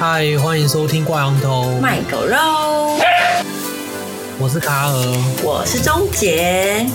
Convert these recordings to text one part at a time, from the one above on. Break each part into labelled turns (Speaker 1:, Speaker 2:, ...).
Speaker 1: 嗨，欢迎收听挂羊头
Speaker 2: 卖狗肉，
Speaker 1: 我是卡尔，
Speaker 2: 我是钟杰。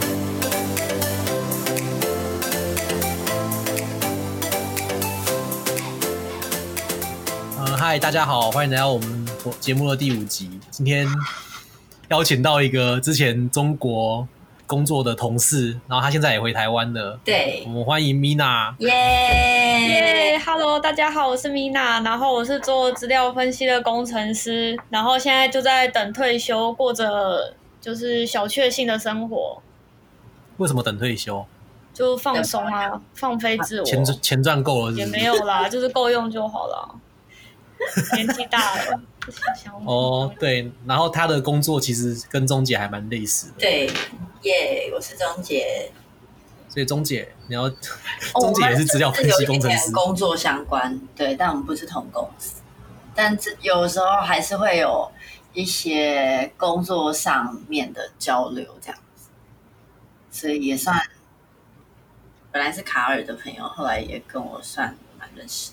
Speaker 1: 嗨，大家好，欢迎来到我们节目的第5集。今天邀请到一个之前中国工作的同事，然后他现在也回台湾了。
Speaker 2: 对，
Speaker 1: 我们欢迎 Mina。
Speaker 2: 耶
Speaker 3: ！Hello， 大家好，我是 Mina， 然后我是做资料分析的工程师，然后现在就在等退休，过着就是小确幸的生活。
Speaker 1: 为什么等退休？
Speaker 3: 就放松啊，放飞自我。
Speaker 1: 钱赚够了是不是？
Speaker 3: 也没有啦，就是够用就好了。年纪大了，不想
Speaker 1: 哦，对，然后他的工作其实跟钟姐还蛮类似的。
Speaker 2: 对，耶，我是钟姐。
Speaker 1: 所以钟姐，你要钟姐也是资料分析工程师，
Speaker 2: 工作相关，对，但我们不是同公司，但有时候还是会有一些工作上面的交流这样子，所以也算本来是卡尔的朋友，后来也跟我算蛮认识的。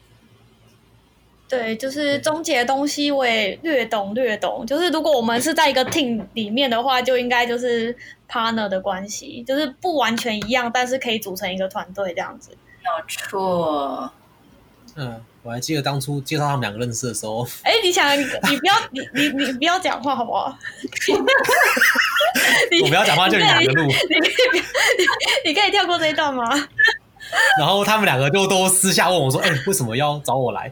Speaker 3: 对，就是钟姐的东西我也略懂，就是如果我们是在一个 team 里面的话，就应该就是 partner 的关系，就是不完全一样，但是可以组成一个团队这样子。
Speaker 2: 没有错。
Speaker 1: 我还记得当初介绍他们两个认识的时候，
Speaker 3: 你不要你不要讲话好不好？
Speaker 1: 我不要讲话就你两个录，
Speaker 3: 你可以跳过这一段吗？
Speaker 1: 然后他们两个就都私下问我说：“为什么要找我来？”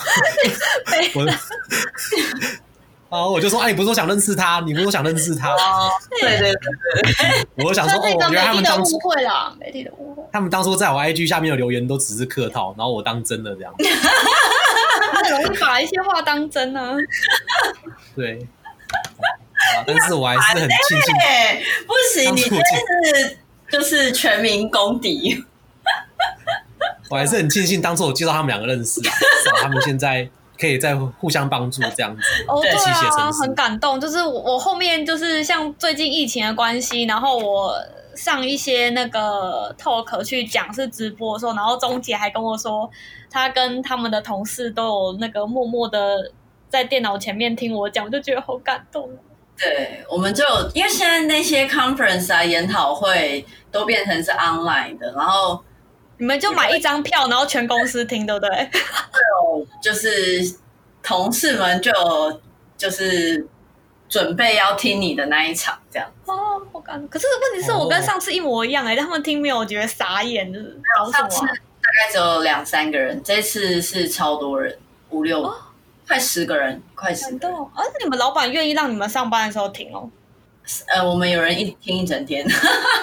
Speaker 1: 我就说：“你不是说想认识他？你不是说想认识他？”
Speaker 2: 对。
Speaker 1: 我就想说：“原来他们当初
Speaker 3: 误会啦，媒体的误会。
Speaker 1: 他们当初在我 IG 下面的留言都只是客套，然后我当真的这样。”
Speaker 3: 很容易把一些话当真啊。
Speaker 1: 对。但是我还是很庆幸。
Speaker 2: 不行，你真是就是全民公敌。
Speaker 1: 我还是很庆幸当初我介绍他们两个认识啊，他们现在可以再互相帮助这样子。
Speaker 3: 对啊，很感动。就是我后面就是像最近疫情的关系，然后我上一些那个 talk 去讲是直播的时候，然后钟姐还跟我说，她跟他们的同事都有那个默默的在电脑前面听我讲，我就觉得好感动。
Speaker 2: 对，我们就因为现在那些 conference 啊、研讨会都变成是 online 的，然后
Speaker 3: 你们就买一张票，然后全公司听，对不对？
Speaker 2: 就是同事们就是准备要听你的那一场，这样。
Speaker 3: 哦，好感动。可是问题是我跟上次一模一样他们听没有，我觉得傻眼，就是搞什么？
Speaker 2: 上次大概只有2-3个人，这次是超多人，5-6，快10个人，快10个人。
Speaker 3: 而且你们老板愿意让你们上班的时候听哦？
Speaker 2: 我们有人听一整天，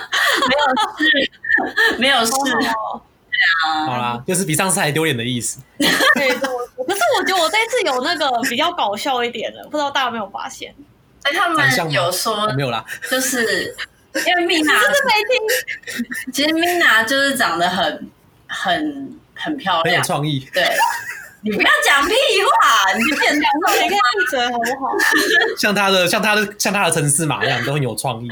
Speaker 2: 没有事。
Speaker 1: 好啦，就是比上次还丢脸的意思。
Speaker 3: 对，可是我觉得我这次有那个比较搞笑一点的，不知道大家有没有发现？
Speaker 2: 他们有说
Speaker 1: 没有啦，
Speaker 2: 就是因为 Mina
Speaker 3: 就是没
Speaker 2: 听，其实 Mina 就是长得很漂亮，
Speaker 1: 很有创意。
Speaker 2: 对，你不要讲屁话，你别讲
Speaker 3: 话，你可以闭嘴好不好？
Speaker 1: 像他的城市码一样，都很有创意。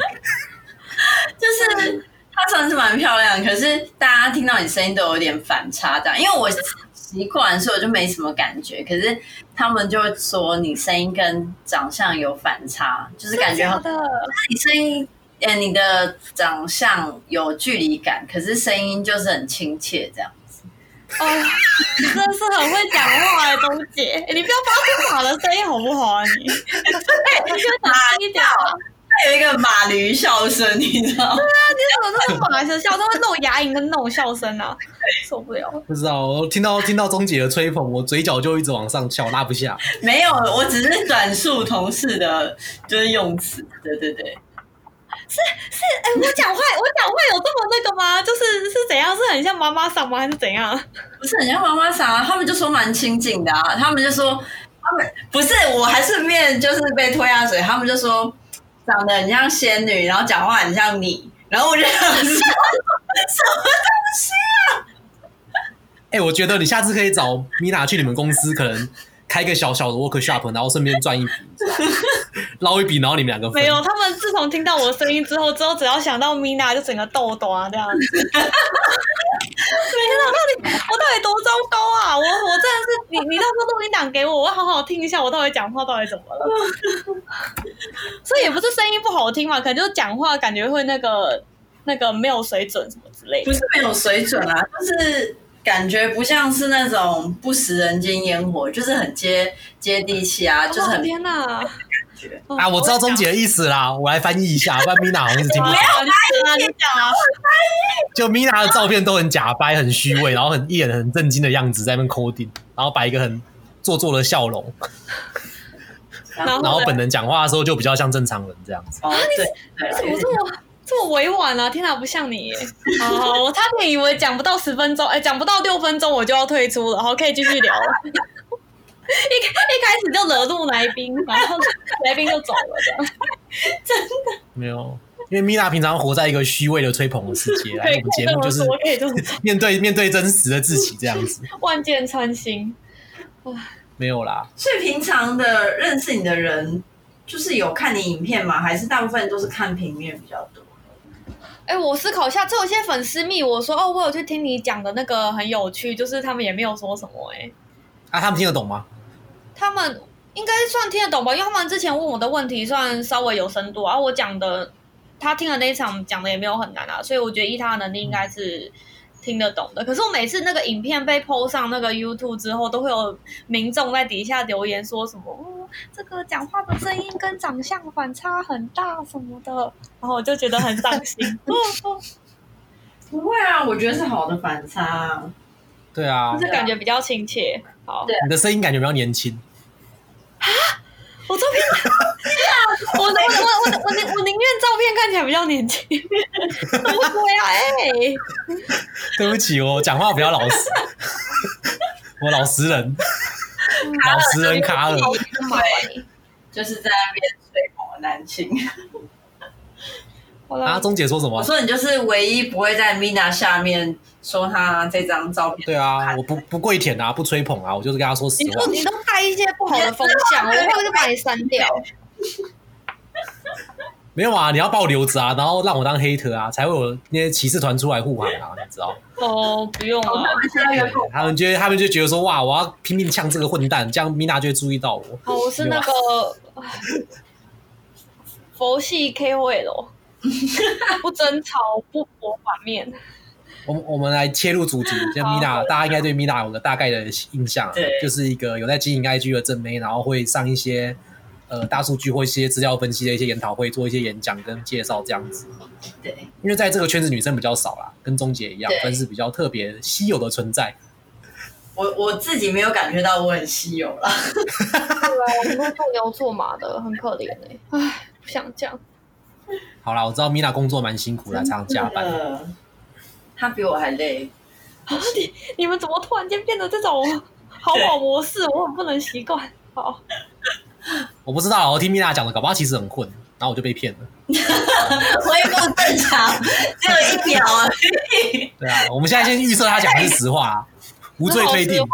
Speaker 2: 就是她算是蛮漂亮，可是大家听到你声音都有点反差，这样，因为我习惯，所以我就没什么感觉。可是他们就会说你声音跟长相有反差，就是感觉你声音，你的长相有距离感，可是声音就是很亲切这样子。
Speaker 3: 你真的是很会讲话的钟姐，你不要发出马的声音好不好啊？你
Speaker 2: 马一点。有一个马驴笑声，你知道吗？
Speaker 3: 对啊，你怎么那个马的笑声会露牙龈的那种笑声啊？受不了！
Speaker 1: 不知道，我听到钟姐的吹捧，我嘴角就一直往上翘，拉不下。
Speaker 2: 没有，我只是转述同事的，就是用词。对。
Speaker 3: 是，我讲话有这么那个吗？是怎样？是很像妈妈桑吗？还是怎样？
Speaker 2: 不是很像妈妈桑啊，他们就说蛮亲近的啊，他们就说不是，我还顺便就是被拖下水，他们就说。长得很像仙女，然后讲话很像你，然后我就想说什么东西啊？
Speaker 1: 我觉得你下次可以找 Mina 去你们公司，可能开个小小的 workshop， 然后顺便赚一笔，捞一笔，然后你们两个分。
Speaker 3: 没有，他们自从听到我的声音之后只要想到 Mina 就整个痘痘啊这样子。 我到底多糟糕啊！我真的是你到时候录音档给我，我要好好听一下我到底讲话到底怎么了。所以也不是声音不好听嘛，可能就是讲话感觉会那个没有水准什么之类的。
Speaker 2: 不是没有水准啊，就是感觉不像是那种不食人间烟火，就是很接地气啊，就是很
Speaker 3: 天哪！
Speaker 1: 啊，我知道钟姐的意思啦，我来翻译一下，不然 Mina 好像是听不懂。
Speaker 3: 你讲啊，
Speaker 1: 就 Mina 的照片都很假掰、很虚伪，然后一脸很震惊的样子在那边 coding， 然后摆一个很做作的笑容，然后本人讲话的时候就比较像正常人这样子。
Speaker 2: 哦，对，
Speaker 3: 你怎么这么委婉啊？天哪，不像你耶！好，我差点以为讲不到10分钟，讲不到6分钟我就要退出了，好，可以继续聊了。一开始就惹怒来宾，然后来宾就走了，这样真的
Speaker 1: 没有，因为 Mina 平常活在一个虚伪的吹捧的世界，来我们节目就是面对真实的自己这样子，
Speaker 3: 万箭穿心。
Speaker 1: 没有啦。
Speaker 2: 所以平常的认识你的人，就是有看你影片吗？还是大部分都是看平面比较多？
Speaker 3: 我思考一下，有些粉丝密我说我有去听你讲的那个很有趣，就是他们也没有说什么
Speaker 1: 他们听得懂吗？
Speaker 3: 他们应该算听得懂吧，因为他们之前问我的问题算稍微有深度啊，我讲的他听的那一场讲的也没有很难啊，所以我觉得依他的能力应该是听得懂的。可是我每次那个影片被 po 上那个 YouTube 之后，都会有民众在底下留言说什么这个讲话的声音跟长相反差很大什么的，然后我就觉得很伤心。
Speaker 2: 不会啊，我觉得是好的反差。
Speaker 1: 对啊，
Speaker 3: 就是感觉比较亲切。好，
Speaker 1: 你的声音感觉比较年轻。
Speaker 3: 我照片，我宁愿照片看起来比较年轻。怎么会啊？
Speaker 1: 对不起，我讲话比较老实，我老实人，老实人卡尔，
Speaker 2: 就是在那边吹捧的男性。
Speaker 1: 钟姐说什么？
Speaker 2: 我说你就是唯一不会在 Mina 下面说他这张照片。
Speaker 1: 对啊，我不跪舔啊，不吹捧啊，我就是跟他说实话。
Speaker 3: 你都带一些不好的风向，我会就把你删掉。
Speaker 1: 没有啊，你要把我留着啊，然后让我当 hater 啊，才会有那些骑士团出来护航啊，你知道？
Speaker 3: 不用啊，
Speaker 1: 他们就觉得说哇，我要拼命呛这个混蛋，这样 Mina 就会注意到我。
Speaker 3: 我是那个佛系 KOL。不争吵，不博版面。
Speaker 1: 我们来切入主题，像 Mina， 大家应该对 Mina 有个大概的印象，就是一个有在经营 IG 的正妹，然后会上一些大数据或一些资料分析的一些研讨会，做一些演讲跟介绍这样子。
Speaker 2: 对，
Speaker 1: 因为在这个圈子女生比较少啦，跟钟姐一样，算是比较特别稀有的存在。
Speaker 2: 我自己没有感觉到我很稀有啦。
Speaker 3: 对啊，我们都做牛做马的，很可怜不想这样。
Speaker 1: 好啦，我知道 Mina 工作蛮辛苦的，常常加班。
Speaker 2: 她比我还累。
Speaker 3: 你们怎么突然间变得这种好宝模式？我很不能习惯。好，
Speaker 1: 我不知道，我听 Mina 讲的，搞不好其实很混，然后我就被骗了。
Speaker 2: 恢复正常，只有1秒而已。
Speaker 1: 对啊，我们现在先预设他讲的是实话啊，无罪推定。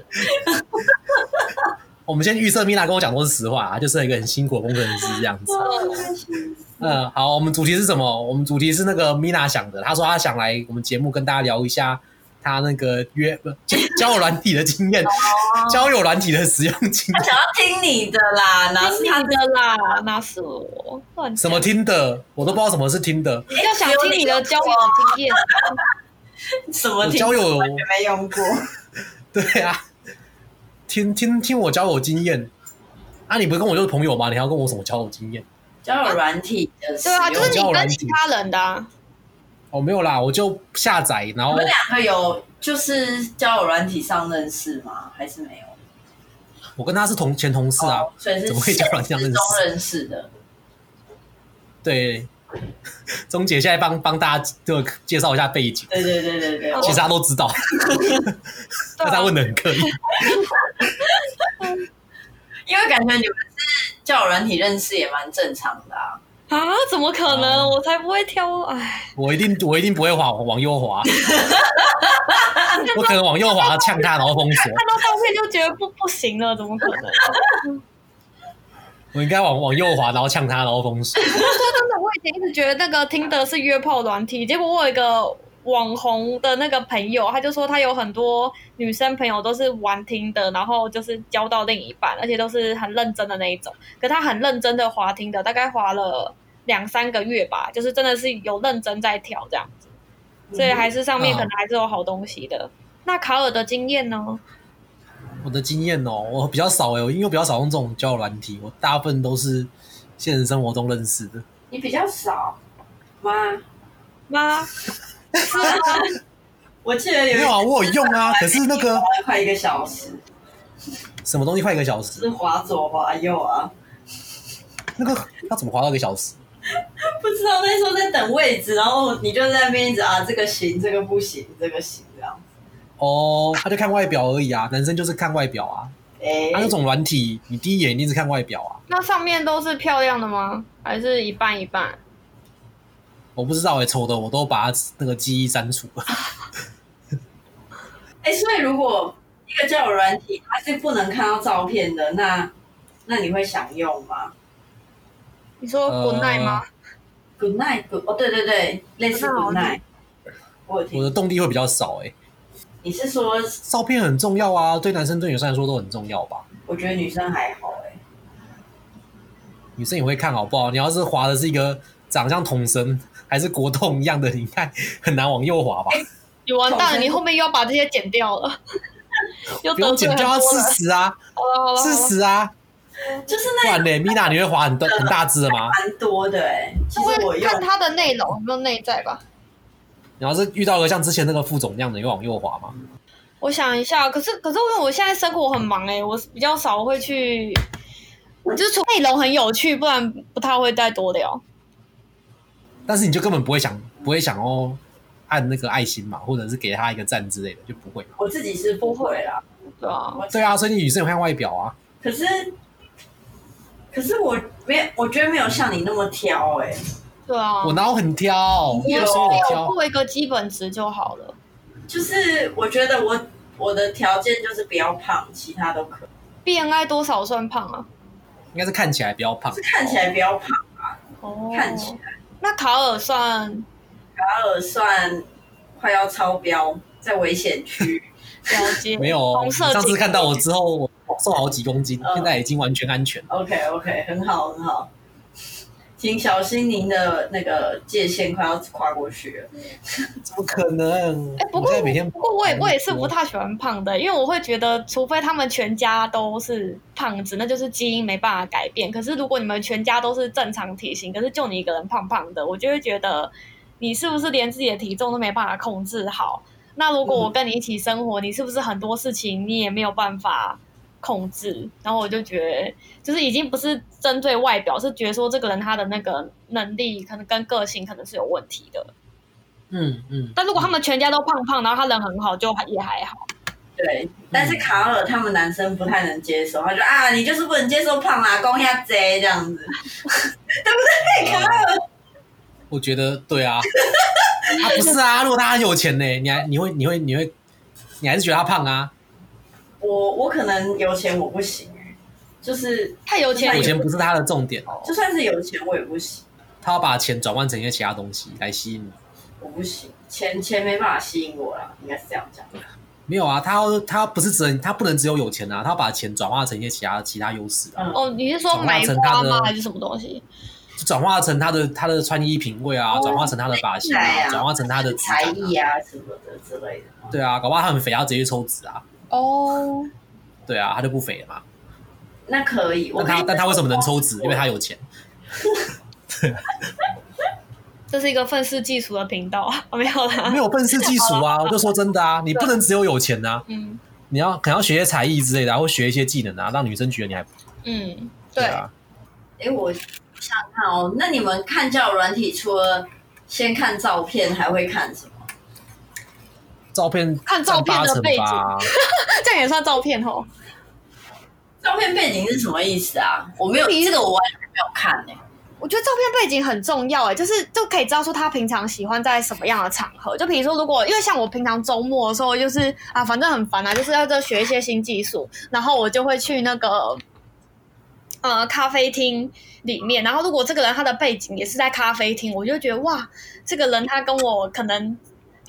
Speaker 1: 我们先预设 Mina 跟我讲都是实话啊，就是一个很辛苦的工程师这样子。好，我们主题是什么？我们主题是那个 Mina 想的，她说她想来我们节目跟大家聊一下她那个交友软体的经验，交友软体的使用经验。
Speaker 2: 她想要听你的啦，哪是他
Speaker 3: 的啦，哪是我乱
Speaker 1: 什么听的，我都不知道什么是听的。
Speaker 3: 要想听你的交友经验，
Speaker 2: 什么
Speaker 1: 交友
Speaker 2: 没用过？
Speaker 1: 对啊。听我交友经验啊！你不是跟我就是朋友吗？你还要跟我什么交友经验？
Speaker 2: 交友软体的
Speaker 3: 对啊，就是你跟其他人的啊。
Speaker 1: 没有啦，我就下载，然后
Speaker 2: 你们2个有就是交友软体上认识吗？还是没有？
Speaker 1: 我跟他是前同事啊，
Speaker 2: 所以是
Speaker 1: 怎么会交友软体上
Speaker 2: 认识的？
Speaker 1: 对，钟姐现在帮大家就介绍一下背景。
Speaker 2: 对，
Speaker 1: 其实他都知道，但他问的很刻意。
Speaker 2: 因为感觉你们是交友软体认识也蛮正常的啊。
Speaker 3: 怎么可能？我才不会挑，
Speaker 1: 我一定不会往右滑，我可能往右滑呛他，然后封锁。
Speaker 3: 看到照片就觉得不行了，怎么可能？
Speaker 1: 我应该往右滑，然后呛他，然后封锁。
Speaker 3: 说真的，我以前一直觉得那个Tinder是约炮软体，结果我有一个网红的那个朋友，他就说他有很多女生朋友都是玩听的，然后就是交到另一半，而且都是很认真的那一种。可他很认真的滑听的，大概滑了2-3个月吧，就是真的是有认真在调这样子，所以还是上面可能还是有好东西的。那卡尔的经验呢？
Speaker 1: 我的经验哦，我比较少因为我比较少用这种交友软体，我大部分都是现实生活中认识的。
Speaker 2: 你比较少吗？
Speaker 3: 是啊，
Speaker 2: 我记得
Speaker 1: 没有啊，我有用啊，可是那个
Speaker 2: 快1个小时，
Speaker 1: 什么东西快1个小时？
Speaker 2: 是滑左滑右啊。
Speaker 1: 那个要怎么滑到1个小时？
Speaker 2: 不知道，那时候在等位置，然后你就在那边一直这个行，这个不行，这个行这样。
Speaker 1: 哦，他就看外表而已啊，男生就是看外表啊。那种软体，你第一眼一定是看外表啊。
Speaker 3: 那上面都是漂亮的吗？还是一半一半？
Speaker 1: 我不知道丑的我都把它那个记忆删除了。
Speaker 2: 所以如果一个交友软体它是不能看到照片的，那你会想用吗？
Speaker 3: 你说 Good night 吗
Speaker 2: ？Good night， 对对对，类似 Good night。我
Speaker 1: 的动力会比较少
Speaker 2: 你是说
Speaker 1: 照片很重要啊？对男生对女生来说都很重要吧？
Speaker 2: 我觉得女生还好
Speaker 1: 女生也会看好不好？你要是滑的是一个长像统神还是国栋一样的，你看很难往右滑吧？
Speaker 3: 你完蛋了，你后面又要把这些剪掉了。
Speaker 1: 不用剪掉，事实啊，事实啊。
Speaker 2: 就是
Speaker 1: 不然呢，Mina 你会滑很大只的吗？
Speaker 2: 蛮多的其实我
Speaker 3: 看它的内容有没有内在吧。
Speaker 1: 你要是遇到个像之前那个副总那样的，你会往右滑吗？
Speaker 3: 我想一下，可是因为我现在生活很忙我比较少会去，就是除内容很有趣，不然不太会再多聊。
Speaker 1: 但是你就根本不会想要按那个爱心嘛，或者是给他一个赞之类的，就不会。
Speaker 2: 我自己是不会啦，
Speaker 3: 对啊，
Speaker 1: 对啊，所以你女生也会看外表啊。
Speaker 2: 可是我觉得没有像你那么挑
Speaker 3: 对啊，
Speaker 1: 我哪有很挑？
Speaker 3: 你有
Speaker 1: 挑
Speaker 3: 过一个基本值就好了。
Speaker 2: 就是我觉得我的条件就是不要胖，其他都可以。
Speaker 3: BMI 多少算胖啊？
Speaker 1: 应该是看起来比较胖，
Speaker 2: 是看起来比较胖啊。看起来。
Speaker 3: 那卡尔算
Speaker 2: 快要超标，在危险区。
Speaker 3: 了解。
Speaker 1: 没有，上次看到我之后，我瘦好几公斤，现在已经完全安全了。
Speaker 2: OK， 很好很好。请小心您的那个界限快要跨过去了。
Speaker 1: 怎么可能？
Speaker 3: 不过我也是不太喜欢胖的，因为我会觉得，除非他们全家都是胖子，那就是基因没办法改变。可是如果你们全家都是正常体型，可是就你一个人胖胖的，我就会觉得你是不是连自己的体重都没办法控制好？那如果我跟你一起生活，你是不是很多事情你也没有办法控制？然后我就觉得，就是已经不是针对外表，是觉得说这个人他的那个能力可能跟个性可能是有问题的。但如果他们全家都胖胖，然后他人很好，就也还好。
Speaker 2: 对，但是卡尔他们男生不太能接受，他就你就是不能接受胖啦，公鸭贼这样子，对不对，卡尔？
Speaker 1: 我觉得对啊，不是啊，如果他很有钱呢，你还是觉得他胖啊？
Speaker 2: 我可能有钱我不行就是
Speaker 3: 太有钱，
Speaker 1: 有钱不是他的重点
Speaker 2: 就算是有钱我也不行。
Speaker 1: 他要把钱转换成一些其他东西来吸引你。
Speaker 2: 我不行，钱没办法吸引我啦，应该是这样讲。
Speaker 1: 没有啊，他不能只有钱啊，他要把钱转化成一些其他优势啊。
Speaker 3: 你是说买花吗？还是什么东西？
Speaker 1: 就转化成他的穿衣品味啊，转化成他的发型啊，转化成他的
Speaker 2: 才艺啊什么的之类的。
Speaker 1: 对啊，搞不好他很肥，他直接抽脂啊。对啊，他就不肥了嘛。
Speaker 2: 那可以。
Speaker 1: 但他为什么能抽脂？因为他有钱。
Speaker 3: 这是一个愤世嫉俗的频道，没有啦，
Speaker 1: 没有愤世嫉俗啊！我就说真的啊，你不能只有钱啊，你可能要学些才艺之类的，或学一些技能啊，让女生觉得你还
Speaker 3: 对
Speaker 1: 啊。
Speaker 2: 我想看那你们看交友软体，除了先看照片，还会看什么？
Speaker 1: 照片，
Speaker 3: 看照片的背景，这样也算照片哦。
Speaker 2: 照片背景是什么意思啊？我没有这个，我完全没有看
Speaker 3: 我觉得照片背景很重要就可以知道说他平常喜欢在什么样的场合。就比如说，如果因为像我平常周末的时候，就是反正很烦就是要学一些新技术，然后我就会去那个咖啡厅里面。然后如果这个人他的背景也是在咖啡厅，我就觉得哇，这个人他跟我可能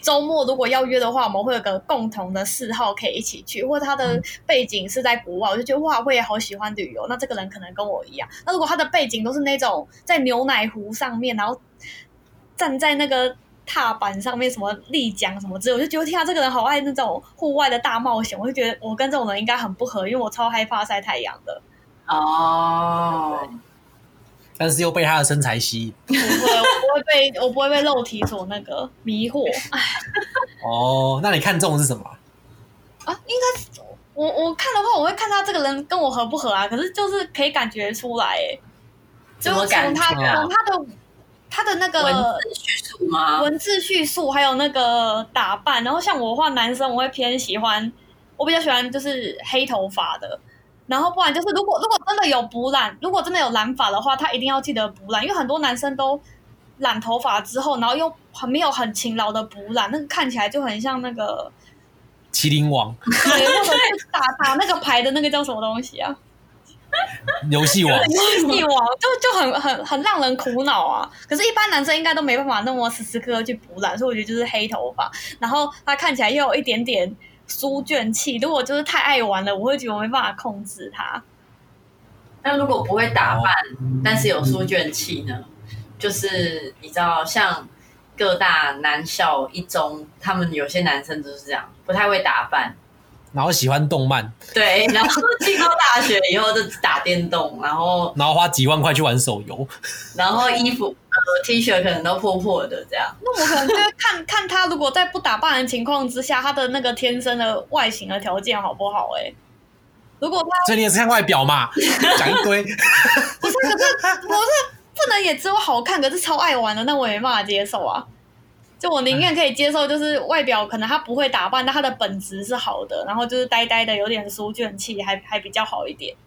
Speaker 3: 周末如果要约的话，我们会有个共同的嗜好可以一起去，或者他的背景是在国外，我就觉得哇，我也好喜欢旅游。那这个人可能跟我一样。那如果他的背景都是那种在牛奶湖上面，然后站在那个踏板上面，什么立桨什么之类，我就觉得天啊，这个人好爱那种户外的大冒险。我就觉得我跟这种人应该很不合，因为我超害怕晒太阳的。
Speaker 2: 哦。
Speaker 1: 但是又被他的身材吸引。
Speaker 3: 我不会被肉体所那个迷惑。
Speaker 1: 哦，那你看中的是什么
Speaker 3: 啊？应该是我看的话，我会看他这个人跟我合不合啊。可是就是可以感觉出来，
Speaker 2: 怎么感觉
Speaker 3: 从他的那个
Speaker 2: 文字叙述吗？
Speaker 3: 文字叙述还有那个打扮，然后像我的话，男生我会偏喜欢，我比较喜欢就是黑头发的。然后不然就是如果真的有补染，如果真的有染发的话，他一定要记得补染，因为很多男生都染头发之后，然后又没有很勤劳的补染，那个看起来就很像那个
Speaker 1: 麒麟王，
Speaker 3: 对，或者是打那个牌的那个叫什么东西啊？
Speaker 1: 游戏王，
Speaker 3: 游戏王就很让人苦恼啊。可是，一般男生应该都没办法那么时时刻刻去补染，所以我觉得就是黑头发，然后他看起来又有一点点书卷气。如果就是太爱玩了，我会觉得我没办法控制他。
Speaker 2: 那如果不会打扮，但是有书卷气呢？就是你知道，像各大男校一中，他们有些男生就是这样，不太会打扮，
Speaker 1: 然后喜欢动漫，
Speaker 2: 对，然后进到大学以后就打电动，然后
Speaker 1: 花几万块去玩手游，
Speaker 2: 然后衣服T 恤可能都破破的这样。
Speaker 3: 那我可能就会看他，如果在不打扮的情况之下，他的那个天生的外形的条件好不好？如果他，
Speaker 1: 所以你也是看外表嘛，讲一堆。
Speaker 3: 不是，可是我是不能也只有好看，可是超爱玩的，那我也没办法接受啊。就我宁愿可以接受，就是外表可能他不会打扮，但他的本质是好的，然后就是呆呆的，有点书卷气，还比较好一点。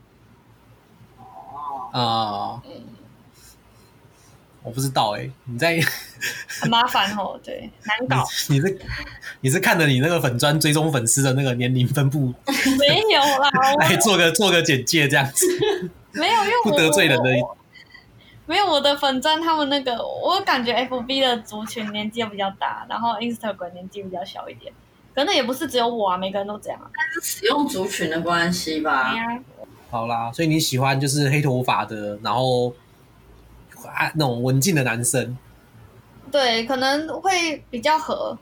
Speaker 1: 我不知道你在
Speaker 3: 很麻烦哦，对，难搞。
Speaker 1: 你是看着你那个粉专追踪粉丝的那个年龄分布
Speaker 3: 没有啦，
Speaker 1: 来做个简介这样子，
Speaker 3: 没有，因为
Speaker 1: 不得罪人的。
Speaker 3: 没有我的粉专，他们那个我感觉 FB 的族群年纪比较大，然后 Instagram 年纪比较小一点，可能也不是只有我啊，每个人都这样啊。
Speaker 2: 但是使用族群的关系吧。
Speaker 1: 好啦，所以你喜欢就是黑头发的，然后那种文静的男生，
Speaker 3: 对，可能会比较合。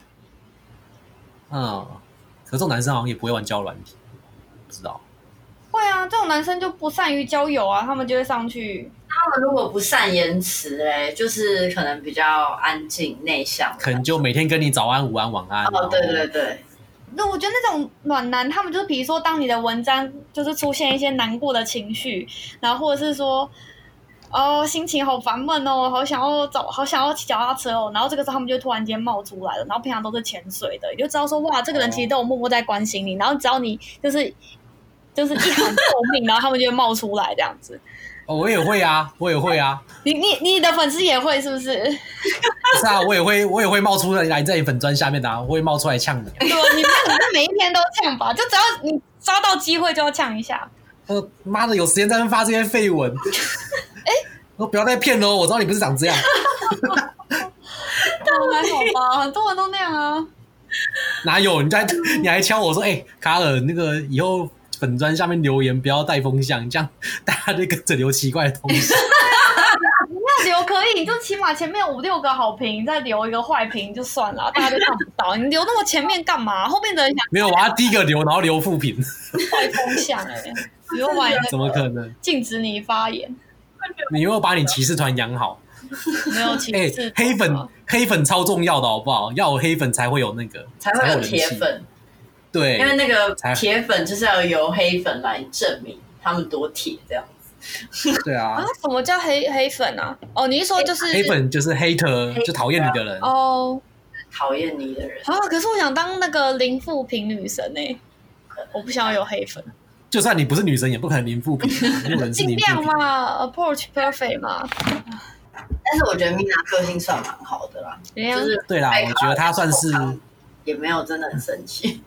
Speaker 1: 可这种男生好像也不会玩交友软体，不知道。
Speaker 3: 会啊，这种男生就不善于交友啊，他们就会上去。
Speaker 2: 他们如果不善言辞，就是可能比较安静内向，
Speaker 1: 可能就每天跟你早安、午安、晚安。
Speaker 2: 对对对。
Speaker 3: 那我觉得那种暖男，他们就是比如说，当你的文章就是出现一些难过的情绪，然后或者是说，心情好烦闷哦，好想要骑脚踏车哦，然后这个时候他们就突然间冒出来了，然后平常都是潜水的，你就知道说哇，这个人其实都有默默在关心你，然后只要你就是一喊救命，然后他们就会冒出来这样子。
Speaker 1: 我也会啊。
Speaker 3: 你的粉丝也会是不是？
Speaker 1: 不是啊，我也会冒出来在你粉专下面的，我会冒出来呛你。
Speaker 3: 对，你不可能每一天都呛吧？就只要你抓到机会就要呛一下。
Speaker 1: 妈的，有时间在那发这些废文。我不要再骗了，我知道你不是长这样。
Speaker 3: 还好吧，很多人都那样啊。
Speaker 1: 哪有？你还敲我说，卡尔，那个以后粉专下面留言不要带风向，这样大家就跟着留奇怪的东西。
Speaker 3: 你要留可以，你就起码前面5-6个好评，再留一个坏评就算了，大家都看不到。你留那么前面干嘛？后面的人想
Speaker 1: 没有，我要第一个留，然后留负评。
Speaker 3: 坏风向你又把
Speaker 1: 怎么可能
Speaker 3: 禁止你发言？
Speaker 1: 你又把你骑士团养好？
Speaker 3: 没有骑士
Speaker 1: 黑粉超重要的好不好？要有黑粉才会有那个，
Speaker 2: 才会有铁粉。
Speaker 1: 对，
Speaker 2: 因为那个铁粉就是要由黑粉来证明他们多铁这样子。
Speaker 1: 对啊。
Speaker 3: 什么叫黑粉啊？你是说就是
Speaker 1: 黑粉就是 hater， 就讨厌你的人。
Speaker 2: 讨厌你的人
Speaker 3: 可是我想当那个零负评女神我不想要有黑粉。
Speaker 1: 就算你不是女神，也不可能零负评，没有人是零负评。尽
Speaker 3: 量嘛 ，approach perfect 嘛。
Speaker 2: 但是我觉得 Mina 个性算蛮好的啦，就是
Speaker 1: 对啦，我觉得她算是
Speaker 2: 也没有真的很生气。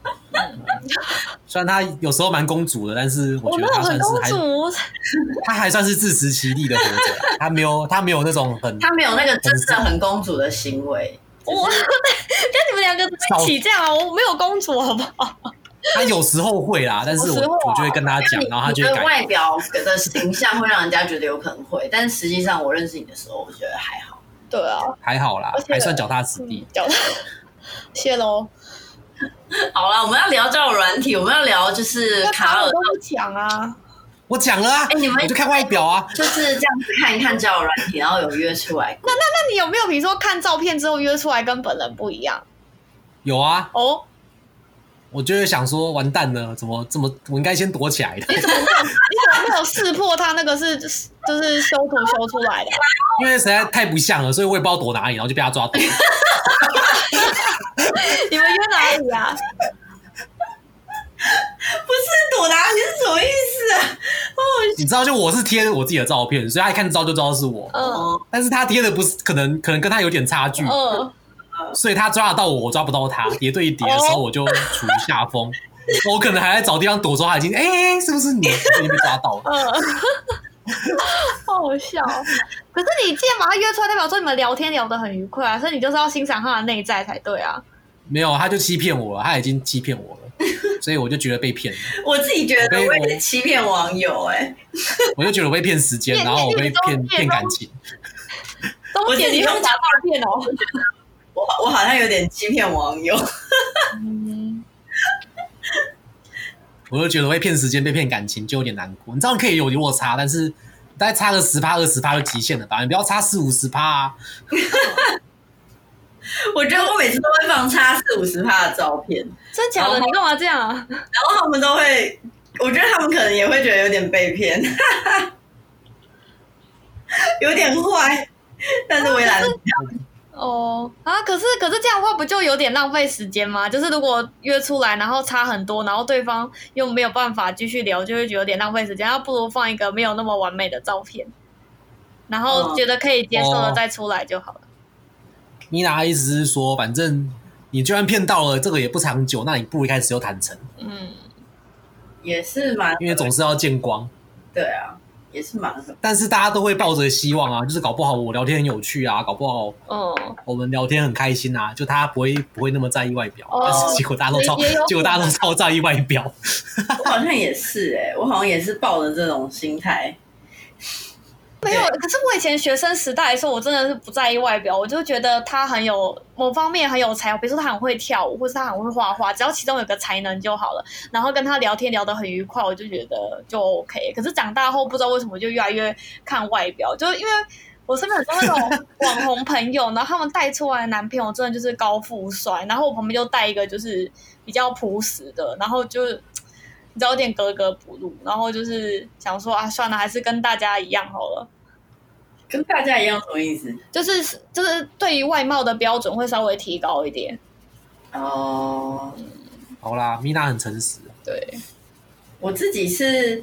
Speaker 1: 虽然她有时候蛮公主的，但是我觉得她算是她还算是自食其力的活着。她没有那种她没有那个
Speaker 2: 真的很公主的行为。
Speaker 3: 我跟你们两个在一起这样啊，我没有公主好不好？
Speaker 1: 他有时候会啦，但是我就会跟他讲，然后他就会改。
Speaker 2: 外表的形象会让人家觉得有可能会，但是实际上我认识你的时候，我觉得还好。
Speaker 3: 对啊，
Speaker 1: 还好啦，还算脚踏实地。
Speaker 3: 谢喽。
Speaker 2: 好啦，我们要聊交友软体，我们要聊就是卡尔
Speaker 3: 都不讲啊。
Speaker 1: 我讲了啊，
Speaker 2: 你们
Speaker 1: 我就看外表啊，
Speaker 2: 就是这样子看一看交友软体，然后有约出来。
Speaker 3: 那你有没有比如说看照片之后约出来跟本人不一样？
Speaker 1: 有啊。
Speaker 3: 哦。
Speaker 1: 我就会想说，完蛋了，怎么这么，我应该先躲起来的。
Speaker 3: 你怎么没有识破他那个是就是修图修出来的？
Speaker 1: 因为实在太不像了，所以我也不知道躲哪里，然后就被他抓到。
Speaker 3: 你们约哪里啊？
Speaker 2: 不是躲哪里是什么意思啊？
Speaker 1: 你知道，就我是贴我自己的照片，所以他一看照就知道是我。但是他贴的不是，可能跟他有点差距。所以他抓得到我抓不到他，叠对叠的时候我就处于下风。我可能还在找地方躲的时候，他已经是不是你？已经被抓到了。
Speaker 3: 好好笑。可是你既然把他约出来，代表说你们聊天聊得很愉快啊，所以你就是要欣赏他的内在才对啊。
Speaker 1: 没有，他就欺骗我了，他已经欺骗我了，所以我就觉得被骗了。
Speaker 2: 我自己觉得我也是欺骗网友
Speaker 1: 我就觉得我被骗时间，然后我被骗感情。
Speaker 3: 我姐你用假照片哦。
Speaker 2: 我好像有点欺骗网友。
Speaker 1: 我就觉得被骗时间、被骗感情就有点难过。你知道可以有落差，但是大概差个10%、20%就极限了吧？你不要差40-50%啊！
Speaker 2: 我觉得我每次都会放差40-50%的照片。
Speaker 3: 真假的？你干嘛这样啊？
Speaker 2: 然后他们都会，我觉得他们可能也会觉得有点被骗，有点坏，但是我也懒得讲。
Speaker 3: 可是这样的话不就有点浪费时间吗？就是如果约出来，然后差很多，然后对方又没有办法继续聊，就会觉得有点浪费时间。那不如放一个没有那么完美的照片，然后觉得可以接受的再出来就好了。
Speaker 1: 米娜的意思是说，反正你就算骗到了，这个也不长久，那你不如一开始就坦诚。
Speaker 2: 也是蛮，
Speaker 1: 因为总是要见光。
Speaker 2: 对啊。也是蛮合，
Speaker 1: 但是大家都会抱着希望啊，就是搞不好我聊天很有趣啊，搞不好我们聊天很开心啊，就他不会那么在意外表，但是结果大家都超在意外表。
Speaker 2: 我好像也是我好像也是抱着这种心态。
Speaker 3: 没有，可是我以前学生时代的时候，我真的是不在意外表，我就觉得他很有某方面很有才华，比如说他很会跳舞，或是他很会画画，只要其中有个才能就好了。然后跟他聊天聊得很愉快，我就觉得就 OK。可是长大后不知道为什么就越来越看外表，就因为我身边很多那种网红朋友，然后他们带出来的男朋友真的就是高富帅，然后我旁边就带一个就是比较朴实的，然后就你知道有点格格不入，然后就是想说啊，算了，还是跟大家一样好了。
Speaker 2: 跟大家一样什么意思？
Speaker 3: 就是对于外貌的标准会稍微提高一点。
Speaker 2: 好
Speaker 1: 啦，米娜很诚实。
Speaker 3: 对，
Speaker 2: 我自己是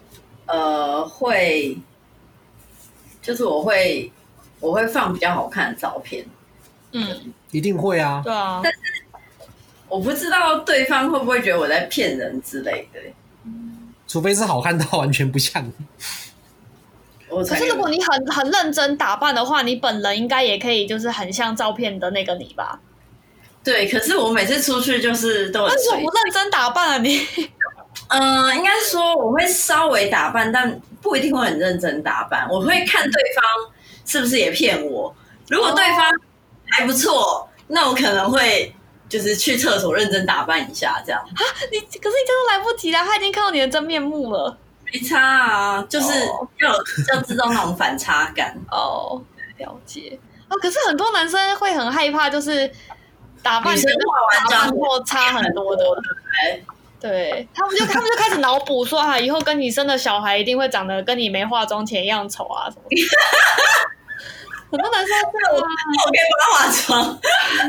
Speaker 2: 会，就是我会放比较好看的照片。
Speaker 1: 一定会啊。
Speaker 3: 对啊。
Speaker 2: 但是我不知道对方会不会觉得我在骗人之类的。
Speaker 1: 除非是好看到完全不像你。
Speaker 3: 可是如果你很认真打扮的话，你本人应该也可以就是很像照片的那个你吧？
Speaker 2: 对，可是我每次出去就是都很随意。
Speaker 3: 那你不认真打扮啊你？
Speaker 2: 应该说我会稍微打扮，但不一定会很认真打扮。我会看对方是不是也骗我。如果对方还不错，那我可能会就是去厕所认真打扮一下这样。
Speaker 3: 可是你这都来不及了，他已经看到你的真面目了。
Speaker 2: 没差啊，就是要制造那种反差感。
Speaker 3: 了解。可是很多男生会很害怕，就是打扮
Speaker 2: 女生化完妆
Speaker 3: 或差很多的。对，他们就开始脑补说以后跟你生的小孩一定会长得跟你没化妆前一样丑啊什么的。很多男生这样啊，
Speaker 2: 我可以帮他化妆。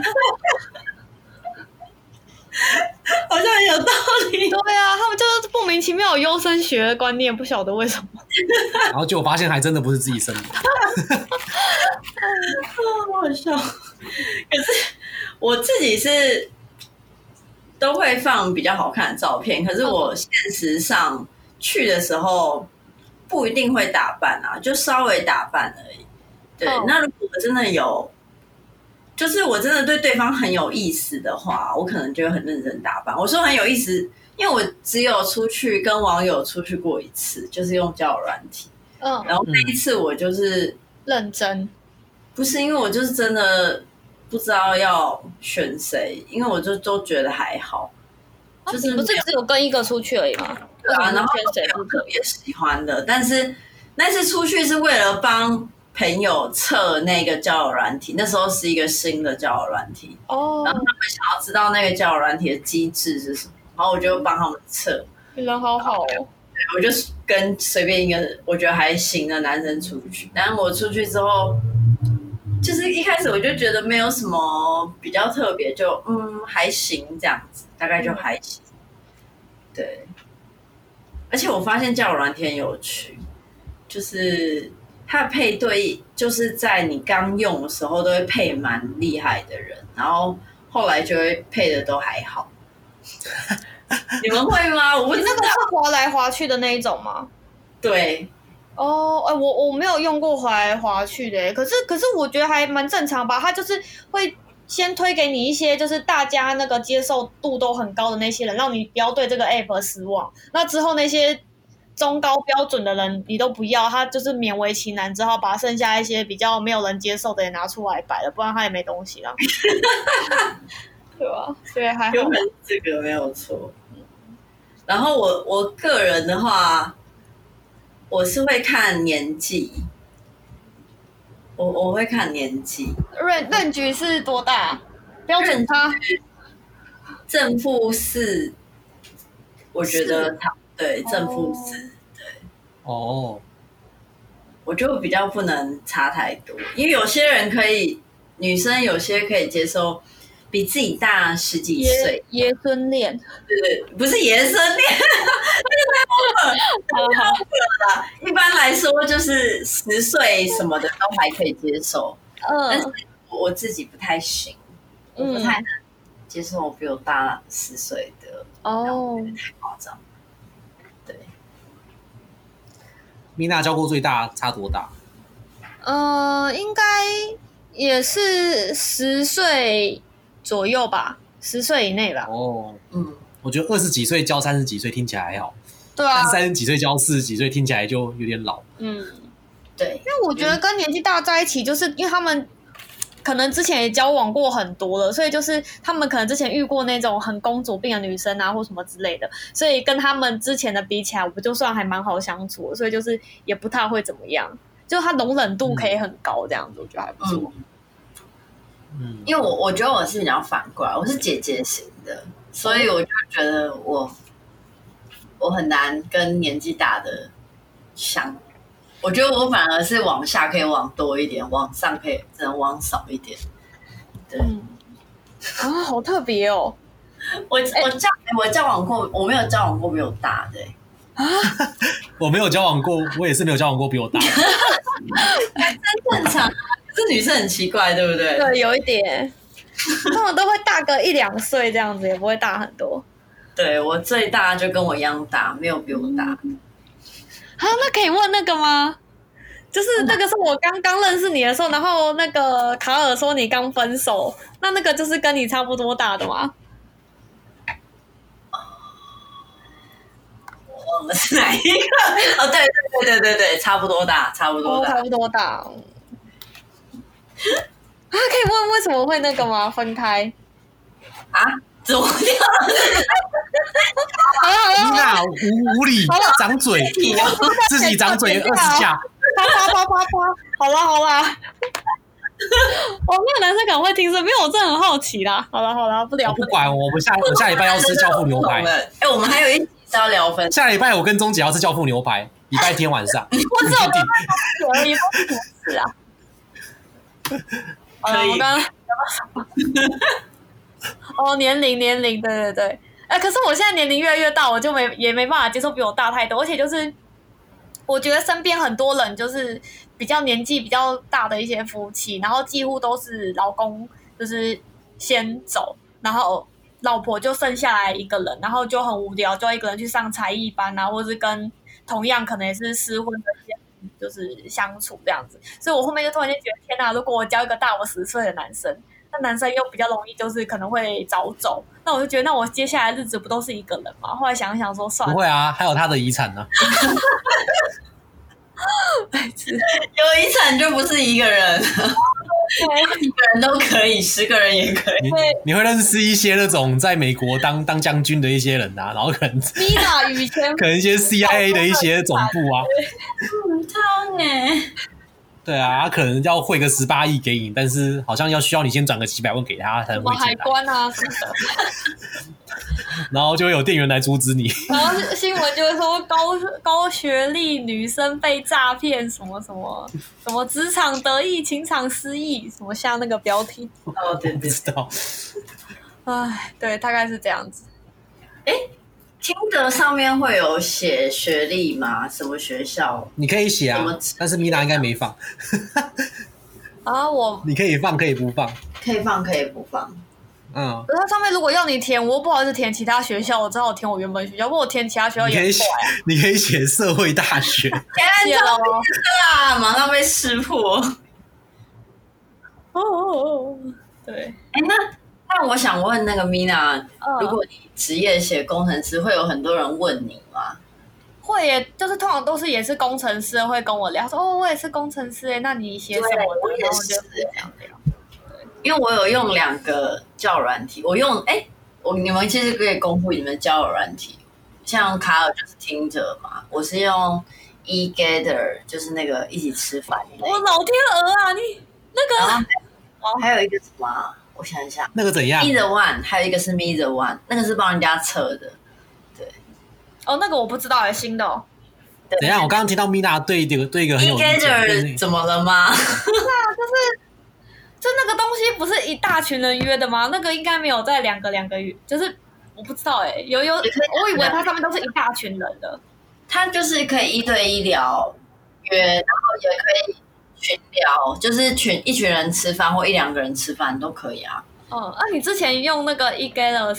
Speaker 2: 好像很有道理。
Speaker 3: 对啊，他们就是莫名其妙有优生学的观念，不晓得为什么。
Speaker 1: 然后结果发现还真的不是自己生的。
Speaker 2: 好好笑。可是我自己是都会放比较好看的照片，可是我现实上去的时候不一定会打扮啊，就稍微打扮而已。对，那如果真的有就是我真的对对方很有意思的话，我可能就会很认真打扮。我说很有意思，因为我只有出去跟网友出去过一次，就是用交友软体。然后那一次我就是
Speaker 3: 认真，
Speaker 2: 不是因为我就是真的不知道要选谁，因为我就都觉得还好。就是
Speaker 3: 你不是只有跟一个出去而已吗？
Speaker 2: 对啊，然后没有特别喜欢的，但是那次出去是为了帮朋友测那个交友软体，那时候是一个新的交友软体，然后他们想要知道那个交友软体的机制是什么，然后我就帮他们测。
Speaker 3: 人好好哦。
Speaker 2: 我就跟随便一个我觉得还行的男生出去，但是我出去之后，就是一开始我就觉得没有什么比较特别，就还行这样子，大概就还行。对，而且我发现交友软体很有趣，就是它的配对，就是在你刚用的时候都会配蛮厉害的人，然后后来就会配的都还好。你们会吗？我不知道。
Speaker 3: 你那个是滑来滑去的那一种吗？
Speaker 2: 对。
Speaker 3: 我没有用过滑来滑去的，可是我觉得还蛮正常吧。他就是会先推给你一些就是大家那个接受度都很高的那些人，让你不要对这个 app 失望。那之后那些中高标准的人你都不要，他就是勉为其难，只好把剩下一些比较没有人接受的也拿出来摆了，不然他也没东西了。对吧？所以还好。
Speaker 2: 有可能这个没有错。然后我个人的话，我是会看年纪，我会看年纪。
Speaker 3: 论局是多大？标准差
Speaker 2: 正负4，我觉得对正负4，对。
Speaker 1: 哦，
Speaker 2: 我就比较不能差太多，因为有些人可以，女生有些可以接受比自己大10几岁，
Speaker 3: 爷孙恋，
Speaker 2: 对，不是爷孙恋，那个太 over 了。一般来说就是10岁什么的都还可以接受，但是我自己不太行，我不太能接受比我大10岁的，太夸张。对，
Speaker 1: 米娜交过最大差多大？
Speaker 3: 应该也是10岁左右吧，10岁以内吧。
Speaker 1: 我觉得20几岁交30几岁听起来还好，
Speaker 3: 对啊，
Speaker 1: 但30几岁交40几岁听起来就有点老。
Speaker 2: 对，
Speaker 3: 因为我觉得跟年纪大在一起，就是因为他们可能之前也交往过很多了，所以就是他们可能之前遇过那种很公主病的女生啊，或什么之类的，所以跟他们之前的比起来，我就算还蛮好相处的，所以就是也不太会怎么样，就他容忍度可以很高，这样子我觉得还不错。
Speaker 2: 因为我觉得我是比较反过来，我是姐姐型的，所以我就觉得我很难跟年纪大的相。我觉得我反而是往下可以往多一点，往上可以只能往少一点。对，
Speaker 3: 好特别哦！
Speaker 2: 我交往过，我没有交往过比我大的。
Speaker 1: 我没有交往过，我也是没有交往过比我大的。
Speaker 2: 真正常，这女生很奇怪，对不对？
Speaker 3: 对，有一点，他们都会大个1、2岁这样子，也不会大很多。
Speaker 2: 对，我最大就跟我一样大，没有比我大。
Speaker 3: 那可以问那个吗？就是那个是我刚刚认识你的时候，然后那个卡尔说你刚分手，那个就是跟你差不多大的吗？
Speaker 2: 我忘了是哪一个。对，差不多大，差不多
Speaker 3: 大。可以问为什么会那个吗？分开
Speaker 2: 啊？怎么掉？
Speaker 1: 米娜无理掌嘴，自己掌嘴20下。
Speaker 3: 啪！好啦。那个男生可能会听声，没有，我真的很好奇啦。好啦，不聊。
Speaker 1: 我不管，我下礼拜要吃教父牛排。
Speaker 2: 我们还有一集是要聊分。
Speaker 1: 下礼拜我跟钟姐要吃教父牛排，礼拜天晚上。
Speaker 3: 我只有跟他而已，不是啊。
Speaker 2: 可以。
Speaker 3: 我刚刚年龄，对。可是我现在年龄越来越大，我就也没办法接受比我大太多，而且就是我觉得身边很多人就是比较年纪比较大的一些夫妻，然后几乎都是老公就是先走，然后老婆就剩下来一个人，然后就很无聊，就一个人去上才艺班啊，或是跟同样可能也是失婚的一些就是相处这样子。所以我后面就突然间觉得，天哪！如果我交一个大我10岁的男生， 那男生又比较容易就是可能会早走，那我就觉得那我接下来日子不都是一个人吗？后来想一想说算了，
Speaker 1: 不会啊，还有他的遗产呢。
Speaker 2: 有遗产就不是一个人，一个人都可以，10个人也可以。
Speaker 1: 你会认识一些那种在美国当将军的一些人啊，然后可能
Speaker 3: Mina 以前
Speaker 1: 可能一些 CIA 的一些总部啊，
Speaker 2: 很烫哎。
Speaker 1: 对啊，他可能要汇个18亿给你，但是好像需要你先转个几百万给他才
Speaker 3: 什么海
Speaker 1: 能汇进来，
Speaker 3: 关啊什么的，
Speaker 1: 然后就会有店员来阻止你。
Speaker 3: 然后新闻就会说高学历女生被诈骗，什么什么什么职场得意情场失意，什么像那个标题。
Speaker 2: 哦，对对，
Speaker 1: 不知道。
Speaker 3: 哎，对，大概是这样子。
Speaker 2: 听得上面会有写学历吗？什么学校？
Speaker 1: 你可以写啊，但是米娜应该没放。
Speaker 3: 啊，
Speaker 1: 你可以放，可以不放。
Speaker 2: 可以放，可以不放。
Speaker 1: 嗯，
Speaker 3: 可是它上面如果要你填，我又不好意思填其他学校，我只好填我原本学校。不过我填其他学校也很怪啊。
Speaker 1: 你可以写社会大学。
Speaker 3: 谢喽。
Speaker 2: 啊，马上被识破。
Speaker 3: 哦，对。
Speaker 2: 那我想问那个 Mina，如果你职业写工程师，会有很多人问你吗？
Speaker 3: 会耶，就是通常都是也是工程师会跟我聊，说哦，我也是工程师耶，那你写什么的？然后就这样聊。
Speaker 2: 因为我有用2个交友软体，你们其实可以公布你们交友软体，像卡尔就是 Tinder 嘛，我是用 eGather， 就是那个一起吃饭的。
Speaker 3: 我老天鹅啊，你那个，
Speaker 2: 还有一个什么？我想一下，
Speaker 1: 那个怎样
Speaker 2: ？Me the One， 还有一个是 Me the One， 那个是帮人家测的。对，
Speaker 3: 哦，那个我不知道哎，新的哦。
Speaker 1: 等一下，我刚刚听到 Mina 对一个很有意见。
Speaker 2: eGather 怎么了吗？
Speaker 3: 是啊，就那个东西不是一大群人约的吗？那个应该没有在两个约，就是我不知道哎，我以为它上面都是一大群人的。
Speaker 2: 它就是可以1对1聊约，然后也可以群聊，就是一群人吃饭或1-2个人吃饭都可以啊。
Speaker 3: 你之前用那个 eGather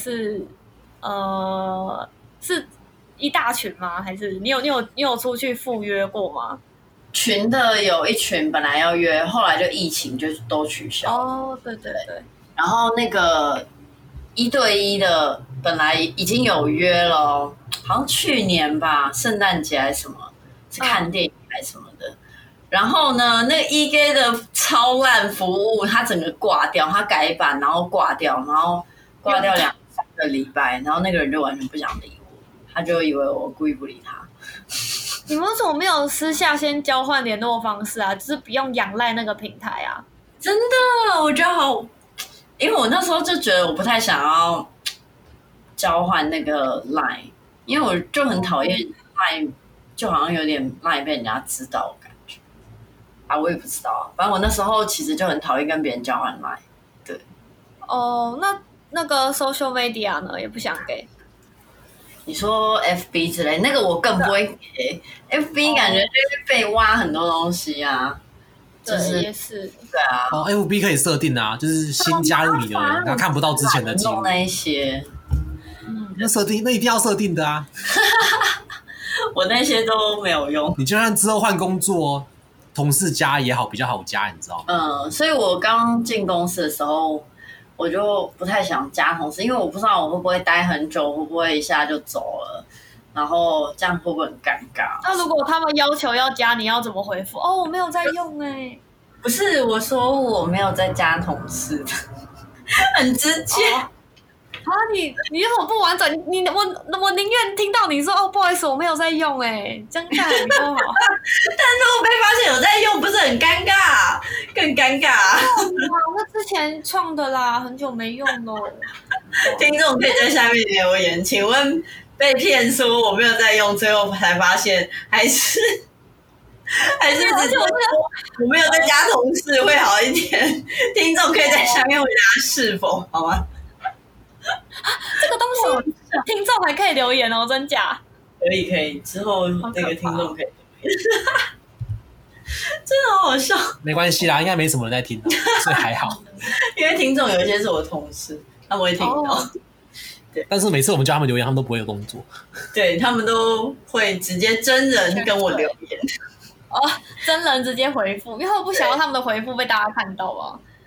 Speaker 3: 是一大群吗？还是你有出去赴约过吗？
Speaker 2: 群的有一群本来要约，后来就疫情就都取消。
Speaker 3: 哦，对对对。
Speaker 2: 然后那个1对1的本来已经有约了，好像去年吧，圣诞节还是什么，是看电影还是什么的。然后呢，那个 eGather 的超烂服务，它整个挂掉，它改版然后挂掉，然后挂掉2-3个礼拜，然后那个人就完全不想理我，他就以为我故意不理他。
Speaker 3: 你们为什么没有私下先交换联络方式啊？就是不用仰赖那个平台啊？
Speaker 2: 真的，我觉得好，因为我那时候就觉得我不太想要交换那个 Line， 因为我就很讨厌 Line， 就好像有点 Line 被人家知道的感觉啊，我也不知道啊，反正我那时候其实就很讨厌跟别人交换 Line。对，
Speaker 3: 哦，那个 social media 呢，也不想给。
Speaker 2: 你说 FB 之类，那个我更不会给。FB 感觉就是被挖很多东西啊，就是
Speaker 3: 也是。
Speaker 2: 对啊。
Speaker 1: FB 可以设定啊，就是新加入你的人，他看不到之前的记录。
Speaker 2: 那一些，
Speaker 1: 那一定要设定的啊。
Speaker 2: 我那些都没有用。
Speaker 1: 你就算之后换工作，同事加也好，比较好加，你知道
Speaker 2: 吗？所以我刚进公司的时候，我就不太想加同事，因为我不知道我会不会待很久，会不会一下就走了，然后这样会不会很尴尬？
Speaker 3: 那如果他们要求要加，你要怎么回复？哦，我没有在用哎。
Speaker 2: 不是，我说我没有在加同事，很直接。
Speaker 3: 你有什么不完整？我宁愿听到你说哦，不好意思，我没有在用哎，这样比较好。
Speaker 2: 但如果被发现有在用，不是很尴尬，更尴尬。
Speaker 3: 那之前创的啦，很久没用了。
Speaker 2: 听众可以在下面留言，请问被骗说我没有在用，最后才发现还是只是我没有在加同事会好一点。听众可以在下面回答是否好吗？
Speaker 3: 这个东西听众还可以留言哦，真假？
Speaker 2: 可以，之后那个听众可以留言。真的好好笑。
Speaker 1: 没关系啦，应该没什么人在听，所以还好。
Speaker 2: 因为听众有一些是我同事，他们会听到。对，
Speaker 1: 但是每次我们叫他们留言，他们都不会有动作。
Speaker 2: 对，他们都会直接真人跟我留言。
Speaker 3: 真人直接回复，因为我不想要他们的回复被大家看到啊。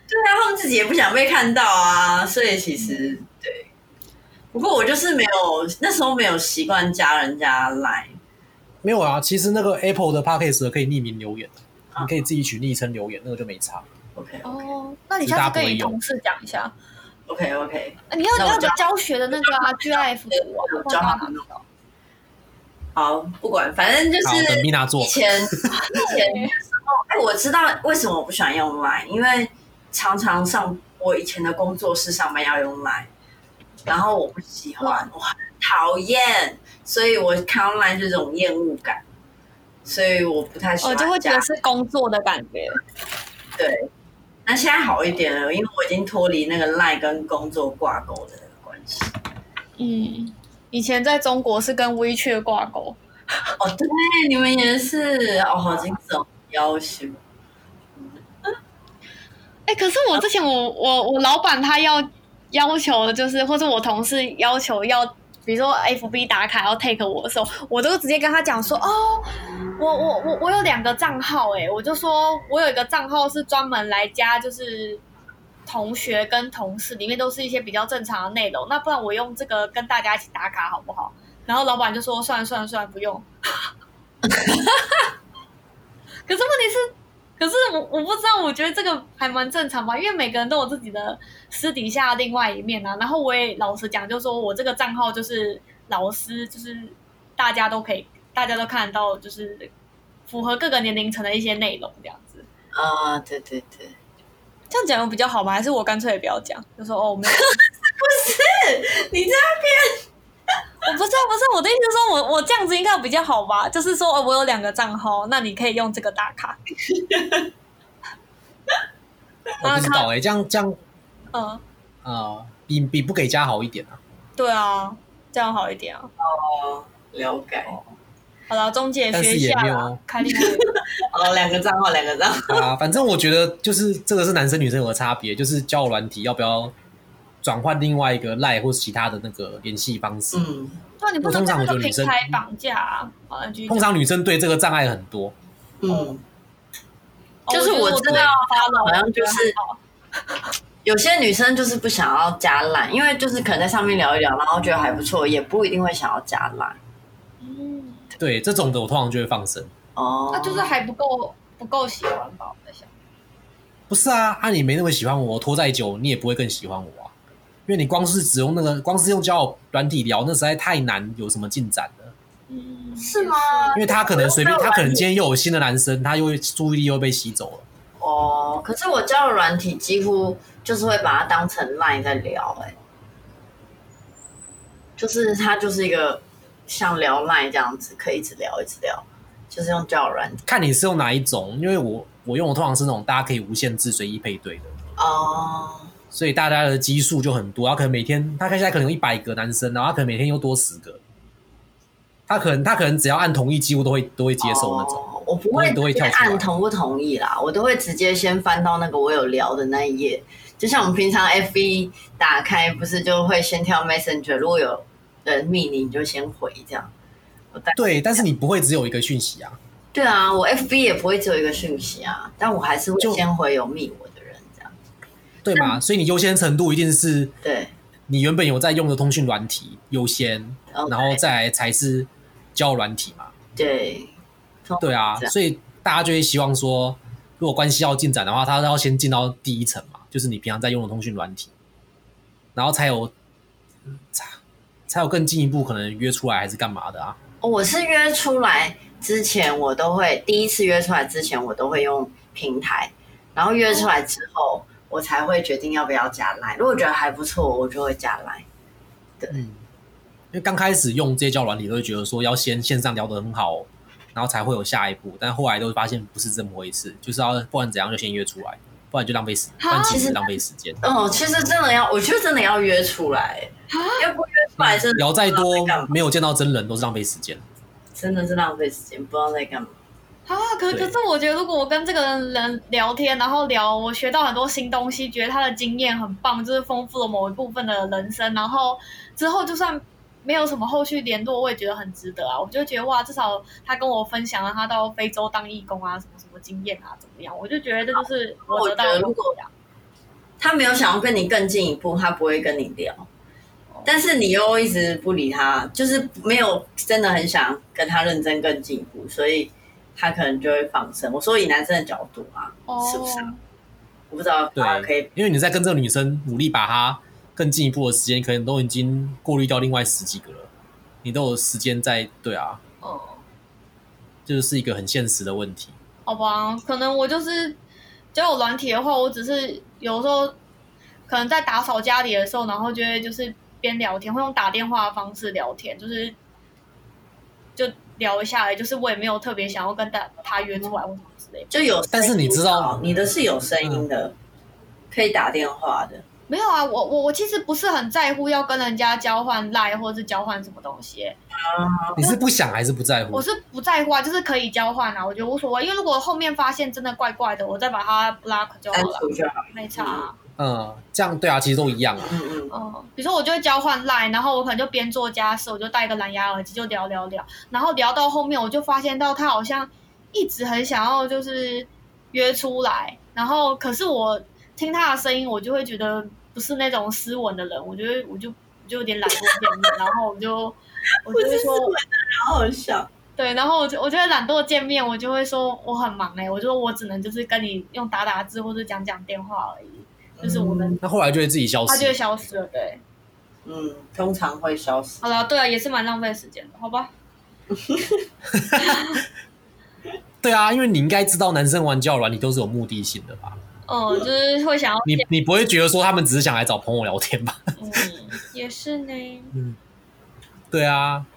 Speaker 2: 对啊，他们自己也不想被看到啊，所以其实对。不过我就是那时候没有习惯加人家 Line。
Speaker 1: 没有啊，其实那个 Apple 的 Podcast 可以匿名留言，你可以自己取昵称留言，那个就没差。
Speaker 2: OK，
Speaker 3: 哦，那你下次跟你同事讲一下。
Speaker 2: OK，
Speaker 3: 你要教学的那个GIF 图啊，
Speaker 2: 我教他们弄。好，不管，反正就是
Speaker 1: 等 Mina 做。
Speaker 2: 以前的时候，我知道为什么我不喜欢用 Line， 因为常常我以前的工作室上班要用 Line， 然后我不喜欢，我很讨厌，所以我看到 Line 就这种厌恶感，所以我不太喜欢。
Speaker 3: 就会觉得是工作的感觉。
Speaker 2: 对，那现在好一点了，因为我已经脱离那个 Line 跟工作挂钩的那个关系。
Speaker 3: 以前在中国是跟 WeChat 挂钩。
Speaker 2: 哦，对，你们也是哦，好惊悚，要求。
Speaker 3: 可是我之前我老板他要求的就是，或者我同事要求要，比如说 FB 打卡要 take 我的时候，我都直接跟他讲说，我有2个账号，我就说我有一个账号是专门来加，就是同学跟同事，里面都是一些比较正常的内容，那不然我用这个跟大家一起打卡好不好？然后老板就说算了，不用。可是问题是，我不知道，我觉得这个还蛮正常吧，因为每个人都有自己的私底下另外一面啊。然后我也老实讲，就说我这个账号就是老师，就是大家都看得到，就是符合各个年龄层的一些内容这样子。
Speaker 2: 啊，对，
Speaker 3: 这样讲有比较好吗？还是我干脆也不要讲，就说没有。
Speaker 2: 不是你这边。
Speaker 3: 我不是，我的意思是说我这样子应该比较好吧？就是说，我有2个账号，那你可以用这个打卡。
Speaker 1: 我不知道这样，比不给加好一点啊。
Speaker 3: 对啊，这样好一点啊。
Speaker 2: 哦，了解。
Speaker 3: 好了，中介学一下啦，开另外一个。
Speaker 2: 好，2个账号。
Speaker 1: 啊，反正我觉得就是这个是男生女生有的差别，就是交友软体要不要转换另外一个 LINE 或是其他的那个联系方式。
Speaker 3: 对，你不能被那个平台绑架啊。
Speaker 1: 通常女生对这个障碍很多。
Speaker 2: 就是我知道，好像就是有些女生就是不想要加 LINE， 因为就是可能在上面聊一聊，然后觉得还不错，也不一定会想要加 LINE。
Speaker 1: 对，这种的我通常就会放生。
Speaker 3: 那就是还不够喜欢吧？我在想。
Speaker 1: 不是啊，你没那么喜欢我，拖再久你也不会更喜欢我啊。因为你光是用交友软体聊，那实在太难有什么进展了。
Speaker 2: 是吗？
Speaker 1: 因为他可能他可能今天又有新的男生，他注意力又被吸走了。
Speaker 2: 哦，可是我交友软体几乎就是会把它当成 LINE 在聊，就是它就是一个像聊 LINE 这样子，可以一直聊，就是用交友软体。
Speaker 1: 看你是用哪一种，因为我用的通常是那种大家可以无限制随意配对的。所以大家的基数就很多，他可能每天他现在可能有100个男生，然后他可能每天又多10个，他可能只要按同意，几乎都会接受那种。
Speaker 2: 我不会直接按同不同意啦，我都会直接先翻到那个我有聊的那一页，就像我们平常 FB 打开不是就会先跳 Messenger， 如果有人密你就先回这样。
Speaker 1: 对，但是你不会只有一个讯息啊。
Speaker 2: 对啊，我 FB 也不会只有一个讯息啊，但我还是会先回有密我的人这样。
Speaker 1: 对嘛？所以你优先程度一定是
Speaker 2: 对
Speaker 1: 你原本有在用的通讯软体优先，然后再来才是交友软体嘛。对啊，所以大家就会希望说，如果关系要进展的话，他要先进到第一层嘛，就是你平常在用的通讯软体，然后才有更进一步可能约出来还是干嘛的啊。
Speaker 2: 我是约出来之前我都会，第一次约出来之前我都会用平台，然后约出来之后我才会决定要不要加 LINE， 如果觉得还不错我就会加 LINE。 对，
Speaker 1: 因为刚开始用这些交友软体都会觉得说要先线上聊得很好，然后才会有下一步，但后来都发现不是这么回事，就是要不然怎样就先约出来，不然就浪费时间，其实浪费时间。
Speaker 2: 其实真的要，我觉得真的要约出来，要不约出来真的
Speaker 1: 聊再多没有见到真人都是浪费时间，
Speaker 2: 真的是浪费时间，不知道在干嘛。
Speaker 3: 可是我觉得，如果我跟这个人聊天，然后我学到很多新东西，觉得他的经验很棒，就是丰富了某一部分的人生，然后之后就算没有什么后续联络，我也觉得很值得啊！我就觉得哇，至少他跟我分享了他到非洲当义工啊，什么什么经验啊，怎么样？我就觉得这就是我得到的。
Speaker 2: 他没有想要跟你更进一步，他不会跟你聊。但是你又一直不理他，就是没有真的很想跟他认真更进一步，所以他可能就会放生。我说以男生的角度啊，是不是？我不知道，
Speaker 1: 对，
Speaker 2: 可以，
Speaker 1: 因为你在跟这个女生努力把她更进一步的时间，可能都已经过滤掉另外10几个了，你都有时间在，对啊，就是一个很现实的问题。
Speaker 3: 好吧，可能我就是交友软体的话，我只是有时候可能在打扫家里的时候，然后就会就是边聊天，会用打电话的方式聊天，就聊一下来，就是我也没有特别想要跟他约出来或什么之类的。
Speaker 2: 就有，
Speaker 1: 但是你知道，
Speaker 2: 你的是有声音的，可以打电话的。
Speaker 3: 没有啊，我其实不是很在乎要跟人家交换 LINE 或者是交换什么东西。
Speaker 1: 你是不想还是不在乎？
Speaker 3: 我是不在乎啊，就是可以交换啊，我觉得无所谓。因为如果后面发现真的怪怪的，我再把它 block 就好了，没差啊。
Speaker 1: 这样对啊，其实都一样啊。
Speaker 3: 比如说我就会交换 LINE， 然后我可能就边做家事，我就戴一个蓝牙耳机就聊，然后聊到后面我就发现到他好像一直很想要就是约出来，然后可是我听他的声音，我就会觉得不是那种斯文的人，我就有点懒惰见面，然后我就会说，
Speaker 2: 好好笑。
Speaker 3: 对，然后我就会懒惰见面，我就会说我很忙我就说我只能就是跟你用打字或者讲电话而已，就是我们。
Speaker 1: 那后来就会自己消失，
Speaker 3: 他就会消失了，对。
Speaker 2: 通常会消失。
Speaker 3: 好了，对啊，也是蛮浪费时间的，好吧。
Speaker 1: 对啊，因为你应该知道，男生玩交友软体都是有目的性的吧？
Speaker 3: 就是会想要
Speaker 1: 你不会觉得说他们只是想来找朋友聊天吧？
Speaker 3: 也是呢。
Speaker 1: 对啊。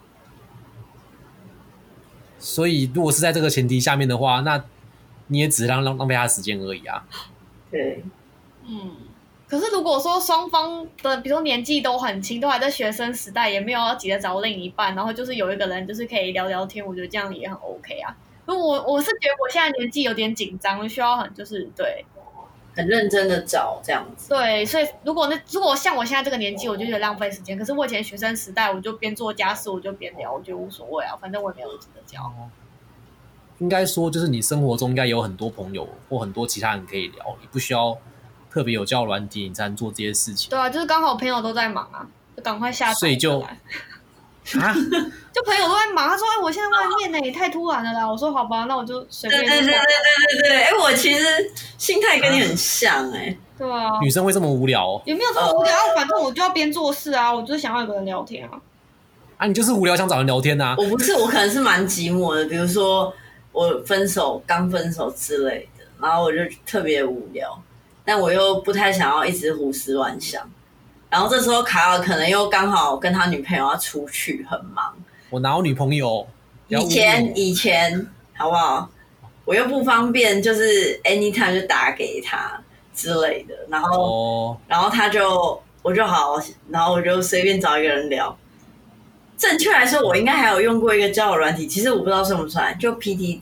Speaker 1: 所以如果是在这个前提下面的话，那你也只是浪费他的时间而已啊。
Speaker 2: 对。
Speaker 3: 可是如果说双方的，比如说年纪都很轻，都还在学生时代，也没有要急着找另一半，然后就是有一个人就是可以聊聊天，我觉得这样也很 OK 啊。我是觉得我现在年纪有点紧张，需要
Speaker 2: 很认真的找这样子。
Speaker 3: 对，所以如果像我现在这个年纪，我就觉得浪费时间。可是我以前学生时代，我就边做家事我就边聊，我觉得无所谓啊，反正我也没有急着交。
Speaker 1: 应该说，就是你生活中应该有很多朋友或很多其他人可以聊，你不需要特别有交友软体你才能做这些事情。
Speaker 3: 对啊，就是刚好朋友都在忙啊，就赶快下载。
Speaker 1: 所以就
Speaker 3: 就朋友都在忙，他说：“我现在外面呢，也太突然了啦。”我说：“好吧，那我就随便。”
Speaker 2: 对，我其实心态跟你很像
Speaker 3: 对啊，
Speaker 1: 女生会这么无聊
Speaker 3: 也没有这么无聊，反正我就要边做事啊，我就是想要有个人聊天啊。
Speaker 1: 你就是无聊想找人聊天啊。
Speaker 2: 我不是，我可能是蛮寂寞的，比如说我刚分手之类的，然后我就特别无聊，但我又不太想要一直胡思乱想。然后这时候卡尔可能又刚好跟他女朋友要出去，很忙。
Speaker 1: 我哪有女朋友？
Speaker 2: 以前好不好？我又不方便，就是 anytime 就打给他之类的。然后我就好，然后我就随便找一个人聊。正确来说，我应该还有用过一个交友软体，其实我不知道算不算，就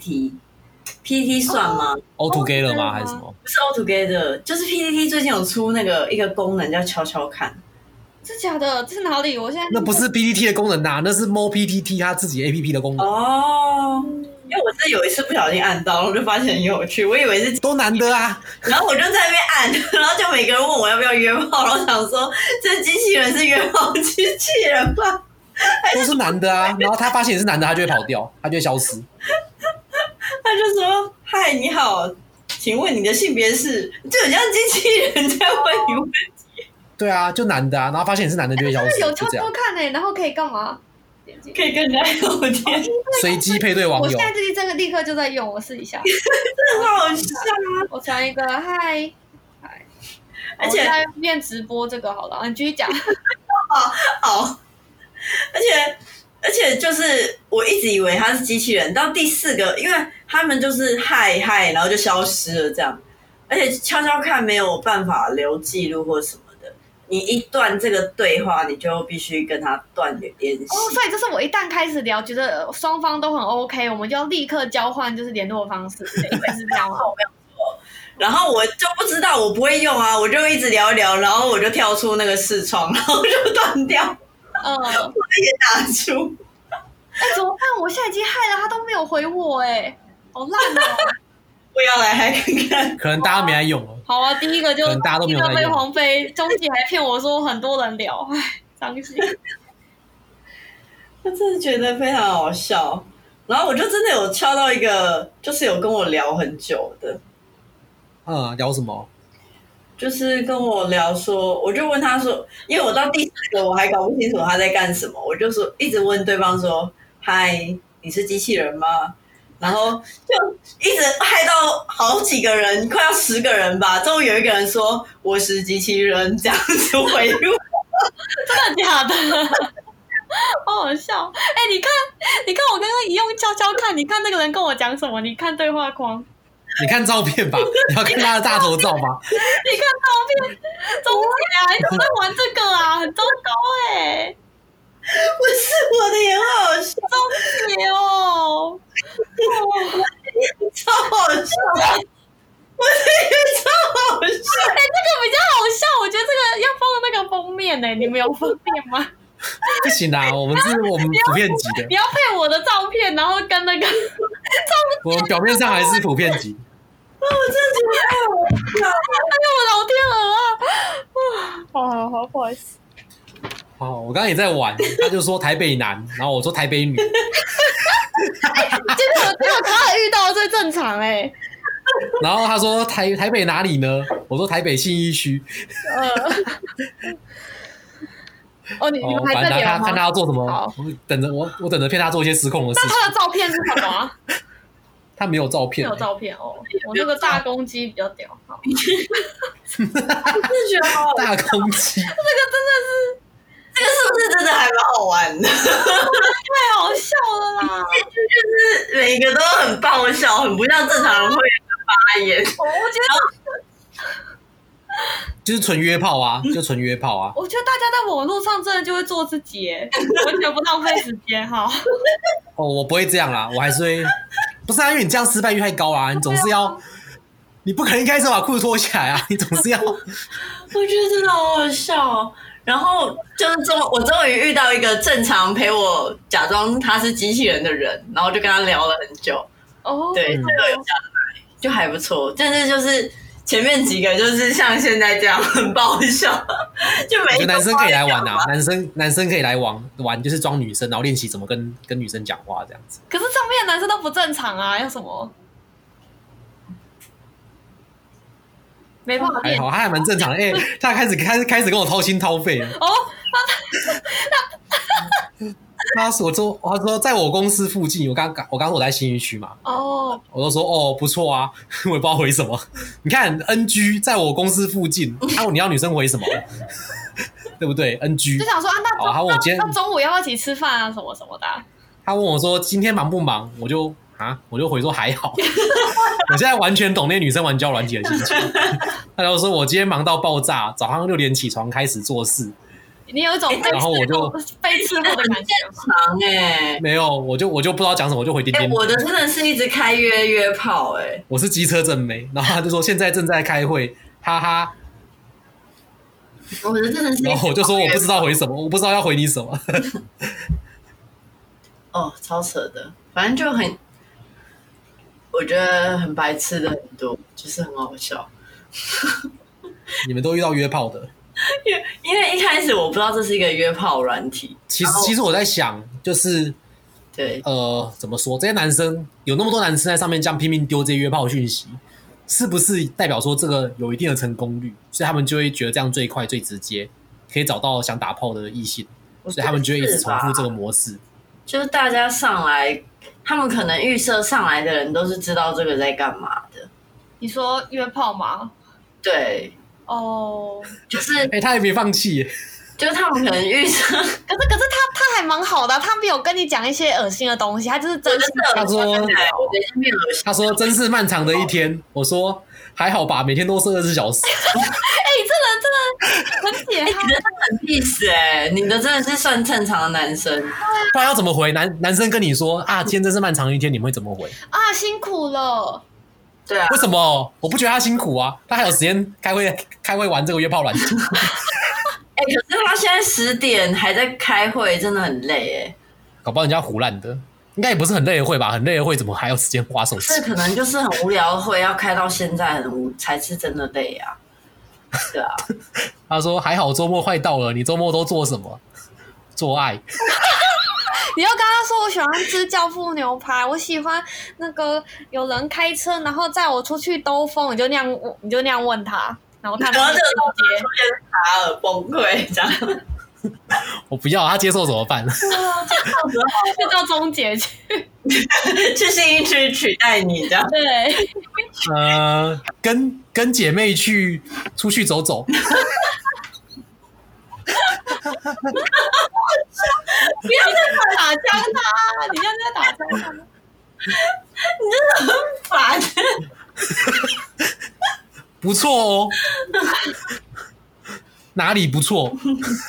Speaker 2: PTT。PTT 算吗
Speaker 1: ？All Together 吗？还是什么？
Speaker 2: 不是 All Together， 就是 PTT 最近有出一个功能叫悄悄看。
Speaker 3: 是假的？这是哪里？我现在
Speaker 1: 那不是 PTT 的功能那是 Mo PTT 他自己 APP 的功能。
Speaker 2: 因为我是有一次不小心按到，我就发现很有趣，我以为是
Speaker 1: 多难的啊。
Speaker 2: 然后我就在那边按，然后就每个人问我要不要约炮，然后想说这机器人是约炮机器人吧？
Speaker 1: 都是男的啊，然后他发现你是男的，他就会跑掉，他就会消失。
Speaker 2: 他就说：“嗨，你好，请问你的性别是？”就很像机器人在问你问题。
Speaker 1: 对啊，就男的啊，然后发现你是男的就会消失。
Speaker 3: 有悄悄看然后可以干嘛？
Speaker 2: 可以跟人家聊天，
Speaker 1: 随机配对网友。
Speaker 3: 我现在这个立刻就在用，我试一下。
Speaker 2: 真的好笑啊！
Speaker 3: 我传一个嗨，而且在面直播这个好了，你继续讲。
Speaker 2: 好，而且就是我一直以为他是机器人，到第4个，因为他们就是嗨，然后就消失了这样，而且悄悄看没有办法留记录或什么的，你一断这个对话，你就必须跟他断联系。
Speaker 3: 所以就是我一旦开始聊，觉得双方都很 OK， 我们就要立刻交换就是联络方式，因为是这样。
Speaker 2: 然后我就不知道，我不会用啊，我就一直聊一聊，然后我就跳出那个视窗，然后就断掉。我也打出。
Speaker 3: 怎么办？我现在已经害了他都没有回我好烂哦。
Speaker 2: 不要来嗨看看。
Speaker 1: 可能大家没在用了。
Speaker 3: 好啊，第一个就
Speaker 1: 可能大家都没有在用
Speaker 3: 第一个被黄飞，中姐还骗我说很多人聊，唉，伤心。
Speaker 2: 我真的觉得非常好笑。然后我就真的有敲到一个，就是有跟我聊很久的，
Speaker 1: 聊什么？
Speaker 2: 就是跟我聊说，我就问他说，因为我到第4个我还搞不清楚他在干什么，我就说一直问对方说，嗨，你是机器人吗？然后就一直害到好几个人，快要10个人吧，终于有一个人说我是机器人，这样子回复。
Speaker 3: 真的假的？好好笑！你看我刚刚一用悄悄看，你看那个人跟我讲什么？你看对话框，
Speaker 1: 你看照片吧，你要看他的大头照吧。
Speaker 3: 你看照片，中姐啊，你怎么在玩这个啊？很糟糕
Speaker 2: 不是我的也好笑，
Speaker 3: 中姐哦，
Speaker 2: 超好笑，我的也超好笑。
Speaker 3: 这个比较好笑，我觉得这个要放那个封面呢，你们有封面吗？
Speaker 1: 不行啦，我们普遍级的。
Speaker 3: 你要配我的照片，然后跟那个
Speaker 1: 我们表面上还是普遍级。
Speaker 2: 我真的觉得太好笑了，
Speaker 3: 哎呦我老天鹅啊！好，不好意思。
Speaker 1: 我刚刚也在玩，他就说台北男，然后我说台北女。
Speaker 3: 结果他也遇到最正常
Speaker 1: 然后他说台北哪里呢？我说台北信义区。
Speaker 3: 你们还在聊吗？
Speaker 1: 看他要做什么，我等着骗他做一些失控的事情。
Speaker 3: 那他的照片是什么啊？
Speaker 1: 他没有照片，
Speaker 3: 没有照片哦。我那个大公鸡比较屌，好。
Speaker 2: 我真的觉得好好笑。
Speaker 1: 大公鸡，
Speaker 3: 这个真的是，
Speaker 2: 这个是不是真的还蛮好玩的？
Speaker 3: 太好笑了啦！
Speaker 2: 就是每个都很爆笑，很不像正常人会发言。
Speaker 3: 我觉得。
Speaker 1: 就是纯约炮啊，就纯约炮啊！
Speaker 3: 我觉得大家在网络上真的就会做自己，完全不浪费时间哈。
Speaker 1: 我不会这样啦，我还是会，不是啊，因为你这样失败率太高啦，你总是要，你不可能一开始把裤子脱下来啊，你总是要。
Speaker 2: 我觉得真的好好笑哦。然后就是我终于遇到一个正常陪我假装他是机器人的人，然后就跟他聊了很久。对，这个有加来，就还不错。但是就是前面几个就是像现在这样很爆笑，就每一个
Speaker 1: 男生可以来玩啊，男生可以来玩，就是装女生，然后练习怎么跟女生讲话这样子。
Speaker 3: 可是上面的男生都不正常啊，要什么？没办法
Speaker 1: 还好，他还蛮正常的。他开始跟我掏心掏肺了。他说在我公司附近，我刚说我在信义区嘛。我就说不错啊，我也不知道回什么。你看 NG 在我公司附近，你要女生回什么？对不对 ？NG
Speaker 3: 就想说
Speaker 1: 他问我今天
Speaker 3: 那中午要不要一起吃饭啊，什么什么的。
Speaker 1: 他问我说今天忙不忙，我就回说还好。我现在完全懂那女生玩交友软体的心情。他就说我今天忙到爆炸，早上6点起床开始做事。
Speaker 3: 你有一种
Speaker 1: 然后我就
Speaker 3: 被伺候的感觉
Speaker 2: 吗？
Speaker 1: 没有，我就不知道讲什么，我就回点点。
Speaker 2: 我的真的是一直开约炮
Speaker 1: 我是机车正妹，然后他就说现在正在开会，哈哈。
Speaker 2: 我的真的是，
Speaker 1: 然后我就说我不知道回什么，我不知道要回你什么。
Speaker 2: 超扯的，反正就很，我觉得很白痴的很多，就是很好笑。
Speaker 1: 你们都遇到约炮的？
Speaker 2: 因为一开始我不知道这是一个约炮软体。
Speaker 1: 其实我在想，就是
Speaker 2: 对
Speaker 1: 怎么说？这些男生有那么多男生在上面这样拼命丢这些约炮讯息，是不是代表说这个有一定的成功率？所以他们就会觉得这样最快最直接，可以找到想打炮的异性，所以他们就会一直重复这个模式。
Speaker 2: 就是大家上来，他们可能预设上来的人都是知道这个在干嘛的。
Speaker 3: 你说约炮吗？
Speaker 2: 对。就是
Speaker 1: 他也没放弃，
Speaker 2: 就是他们可能预测，可
Speaker 3: 是他还蛮好的，他没有跟你讲一些恶心的东西，他就是真心的。
Speaker 1: 他说真是漫长的一天，我说还好吧，每天都是24小时。
Speaker 3: 这人真的很解
Speaker 2: 你的很 peace 你的真的是算正常的男生。
Speaker 1: 不然要怎么回？男生跟你说今天真是漫长的一天，你们会怎么回？
Speaker 3: 辛苦了。
Speaker 2: 对啊，
Speaker 1: 为什么？我不觉得他辛苦啊，他还有时间开会玩这个约炮软体。
Speaker 2: 可是他现在10点还在开会，真的很累
Speaker 1: 搞不好人家胡乱的。 应该也不是很累的会吧？很累的会怎么还有时间滑手机？
Speaker 2: 这可能就是很无聊的会，要开到现在才是真的累啊。对啊。
Speaker 1: 他说还好周末快到了，你周末都做什么？做爱。
Speaker 3: 你要跟他说我喜欢吃教父牛排，我喜欢那个有人开车然后载我出去兜风，你就那样问他，然后他就直接
Speaker 2: 卡尔崩溃这样。
Speaker 1: 我不要，他接受怎么办？
Speaker 3: 就到中捷去
Speaker 2: 信义区取代你这样。
Speaker 3: 对，
Speaker 1: 跟姐妹出去走走。
Speaker 3: 不要再打枪他，你这样在打枪他，
Speaker 2: 你真的很烦。
Speaker 1: 不错哦，哪里不错？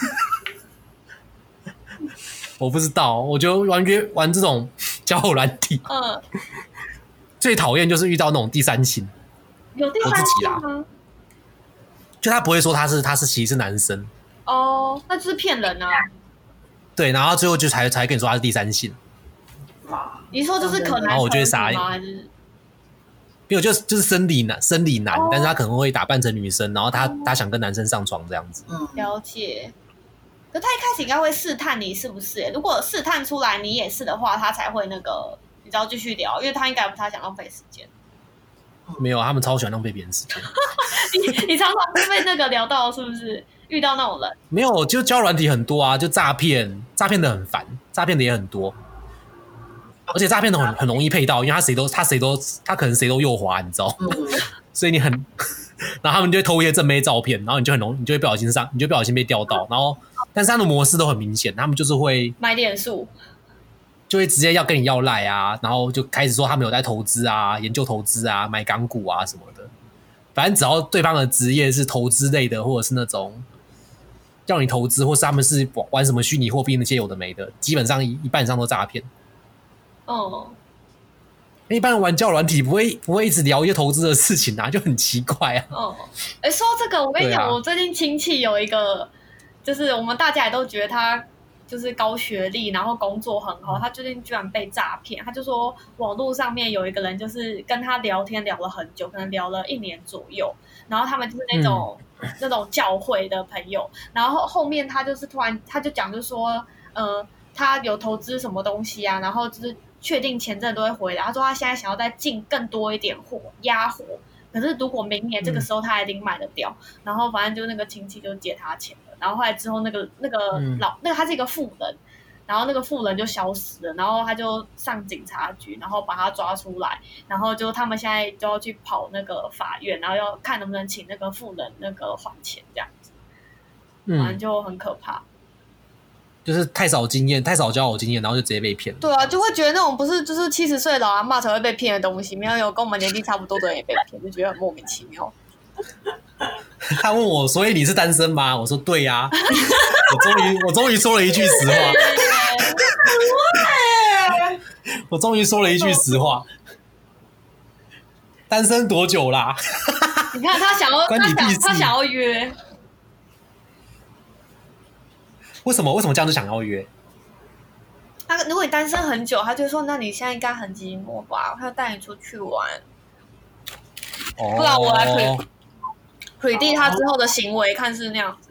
Speaker 1: 我不知道，我觉得玩这种交友软体，最讨厌就是遇到那种第三性。
Speaker 3: 有第三性吗？
Speaker 1: 就他不会说他其实是男生。
Speaker 3: 哦，那就是骗人啊。
Speaker 1: 对，然后最后就才跟你说他是第三性。
Speaker 3: 你说就是可能，
Speaker 1: 然后我就会傻眼。没有，就是生理男，但是他可能会打扮成女生，然后他想跟男生上床这样子。
Speaker 3: 了解。可他一开始应该会试探你是不是？如果试探出来你也是的话，他才会那个，你知道继续聊，因为他应该不太想浪费时间。
Speaker 1: 没有，他们超喜欢浪费别人时间。
Speaker 3: 你常常会被那个聊到，是不是？遇到那种人？
Speaker 1: 没有，就交友软体很多啊，就诈骗的很烦，诈骗的也很多，而且诈骗的很容易配到，因为他可能谁都右滑，你知道，所以你很，然后他们就会偷一些正妹照片，然后你就会不小心被钓到，然后但是他的模式都很明显，他们就是会
Speaker 3: 买点数，
Speaker 1: 就会直接要跟你要赖啊，然后就开始说他们有在投资啊，研究投资啊，买港股啊什么的，反正只要对方的职业是投资类的，或者是那种叫你投资，或是他们是玩什么虚拟货币那些有的没的，基本上一半以上都诈骗。一般玩交友软体不会一直聊一些投资的事情啊，就很奇怪啊。
Speaker 3: 说这个我跟你讲，我最近亲戚有一个，就是我们大家也都觉得他就是高学历，然后工作很好，他最近居然被诈骗。他就说网络上面有一个人就是跟他聊天聊了很久，可能聊了1年左右，然后他们就是那种教会的朋友，然后后面他就是突然他就讲就说他有投资什么东西啊，然后就是确定钱真的都会回来。他说他现在想要再进更多一点货压货，可是如果明年这个时候他一定卖得掉，然后反正就那个亲戚就借他钱了，然后后来之后那个他是一个富人，然后那个富人就消失了，然后他就上警察局，然后把他抓出来，然后就他们现在就要去跑那个法院，然后要看能不能请那个富人那个还钱这样子，反正就很可怕。
Speaker 1: 就是太少交友经验，然后就直接被骗。
Speaker 3: 对啊，就会觉得那种不是就是70岁的老阿嬷才会被骗的东西，没有跟我们年纪差不多的人也被骗，就觉得很莫名其妙。
Speaker 1: 他问我，所以你是单身吗？我说对呀、我终于说了一句实话。我终于说了一句实话。单身多久啦？
Speaker 3: 你看他想要约。
Speaker 1: 为什么这样就想要约？
Speaker 3: 如果你单身很久，他就说：“那你现在应该很寂寞吧？”他要带你出去玩。不然我来predict他之后的行为，看是那样子。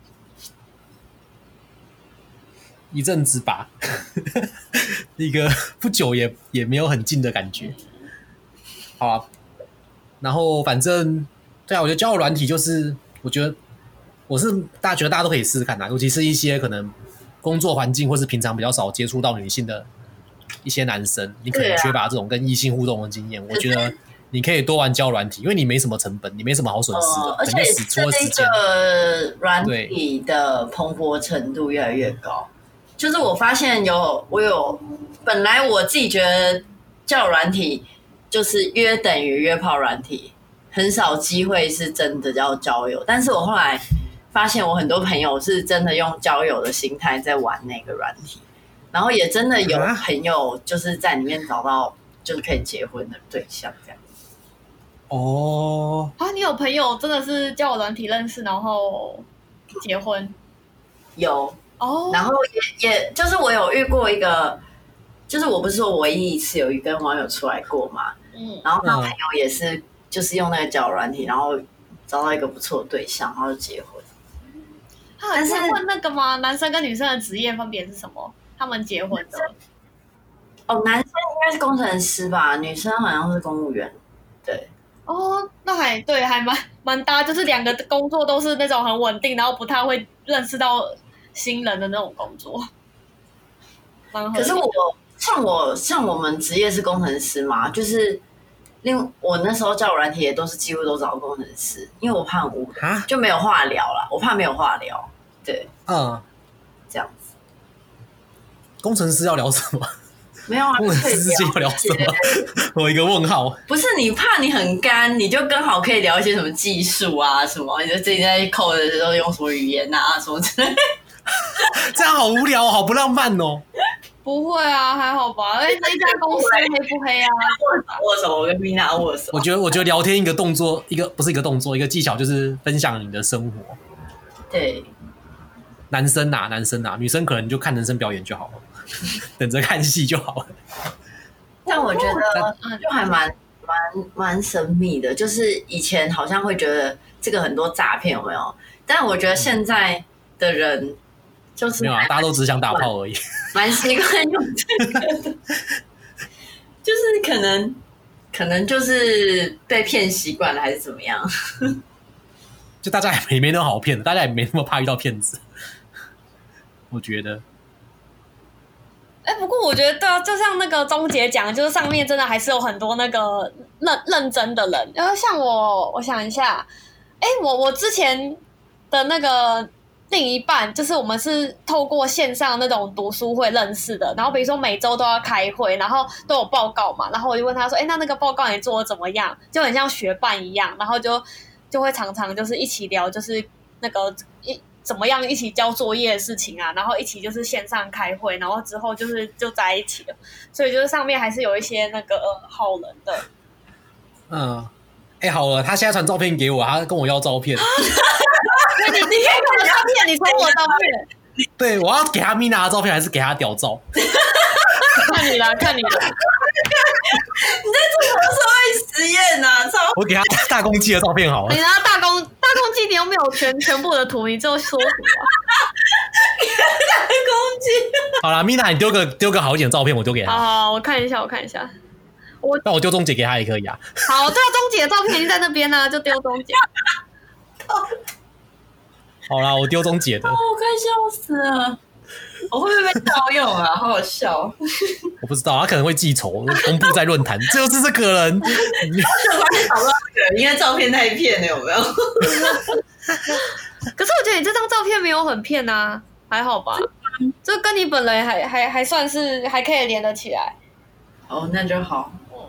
Speaker 1: 一阵子吧，一个不久也没有很近的感觉。好啊，然后反正对啊，我觉得交友软体就是，我觉得大家都可以试试看尤其是一些可能工作环境或是平常比较少接触到女性的一些男生，你可能缺乏这种跟异性互动的经验，我觉得你可以多玩交友软体，因为你没什么成本，你没什么好损失的，
Speaker 2: 而且这个软体的蓬勃程度越来越高。就是我发现本来我自己觉得交友软体就是约等于约炮软体，很少机会是真的要交友，但是我后来发现我很多朋友是真的用交友的心态在玩那个软体，然后也真的有朋友就是在里面找到就是可以结婚的对象这样。
Speaker 3: 你有朋友真的是交友软体认识然后结婚？
Speaker 2: 有然后也就是我有遇过一个就是我不是说唯一一次有跟网友出来过嘛，然后他朋友也是就是用那个交友软体，然后找到一个不错的对象，然后就结婚。
Speaker 3: 但是问那个吗？男生跟女生的职业分别是什么？他们结婚的？
Speaker 2: 男生应该是工程师吧，女生好像是公务员。对。
Speaker 3: 哦，那还对，还蛮搭，就是两个工作都是那种很稳定，然后不太会认识到新人的那种工作。
Speaker 2: 可是像我们职业是工程师嘛，就是我那时候交友软体也都是几乎都找工程师，因为我怕很无聊，就没有话聊啦，我怕没有话聊。对，这样子。
Speaker 1: 工程师要聊什么？
Speaker 2: 没有啊，
Speaker 1: 工程师之间要聊什么？我一个问号。
Speaker 2: 不是你怕你很干，你就刚好可以聊一些什么技术啊，什么你就最近在code的时候用什么语言啊，什么之类的。
Speaker 1: 这样好无聊，好不浪漫哦。
Speaker 3: 不会啊，还好吧？那一家公司黑不黑啊？
Speaker 2: 握手，我跟 Mina 握手。
Speaker 1: 我觉得聊天一个动作，不是一个动作，一个技巧就是分享你的生活。
Speaker 2: 对。
Speaker 1: 男生啊，女生可能就看男生表演就好了。等着看戏就好了。
Speaker 2: 但我觉得就还蛮神秘的，就是以前好像会觉得这个很多诈骗有没有？但我觉得现在的人就是
Speaker 1: 没有啊，大家都只想打炮而已，
Speaker 2: 蛮习惯用这个的，就是可能就是被骗习惯了，还是怎么样？
Speaker 1: 就大家也没那么好骗的，大家也没那么怕遇到骗子，我觉得。
Speaker 3: 不过我觉得对啊，就像那个钟姐讲，就是上面真的还是有很多那个认真的人。然后像我想一下，我之前的那个另一半，就是我们是透过线上那种读书会认识的。然后比如说每周都要开会，然后都有报告嘛，然后我就问他说：“那个报告你做的怎么样？”就很像学伴一样，然后就会常常就是一起聊，就是那个怎么样一起交作业的事情啊，然后一起就是线上开会，然后之后就在一起了，所以就是上面还是有一些那个好人的。
Speaker 1: 好了，他现在传照片给我，他跟我要照片。
Speaker 3: 你可以看我的照片，你传我的照片。
Speaker 1: 对，我要给他 Mina 的照片，还是给他屌照？
Speaker 3: 看你啦。你
Speaker 2: 在做什么社会实验啊？
Speaker 1: 我给他大公鸡的照片好了。
Speaker 3: 你拿大公鸡，你又没有全部的图，你就说什么？
Speaker 2: 大公鸡。
Speaker 1: 好啦 Mina 你丢个好一点的照片，我丢给他。
Speaker 3: 好，我看一下。
Speaker 1: 那我丢钟姐给他也可以啊。
Speaker 3: 好，对啊，钟姐的照片已经在那边呢，就丢钟姐。
Speaker 1: 好啦，我丢钟姐的。
Speaker 2: 我快笑死了。我会不会被盗用啊？好好笑。
Speaker 1: 我不知道，他可能会记仇，公布在论坛，就是这个人。
Speaker 2: 就发现找不到这个人，因为照片太骗了，有没有？
Speaker 3: 可是我觉得你这张照片没有很骗啊，还好吧？就跟你本人还算是还可以连得起来。
Speaker 2: 哦，那就好。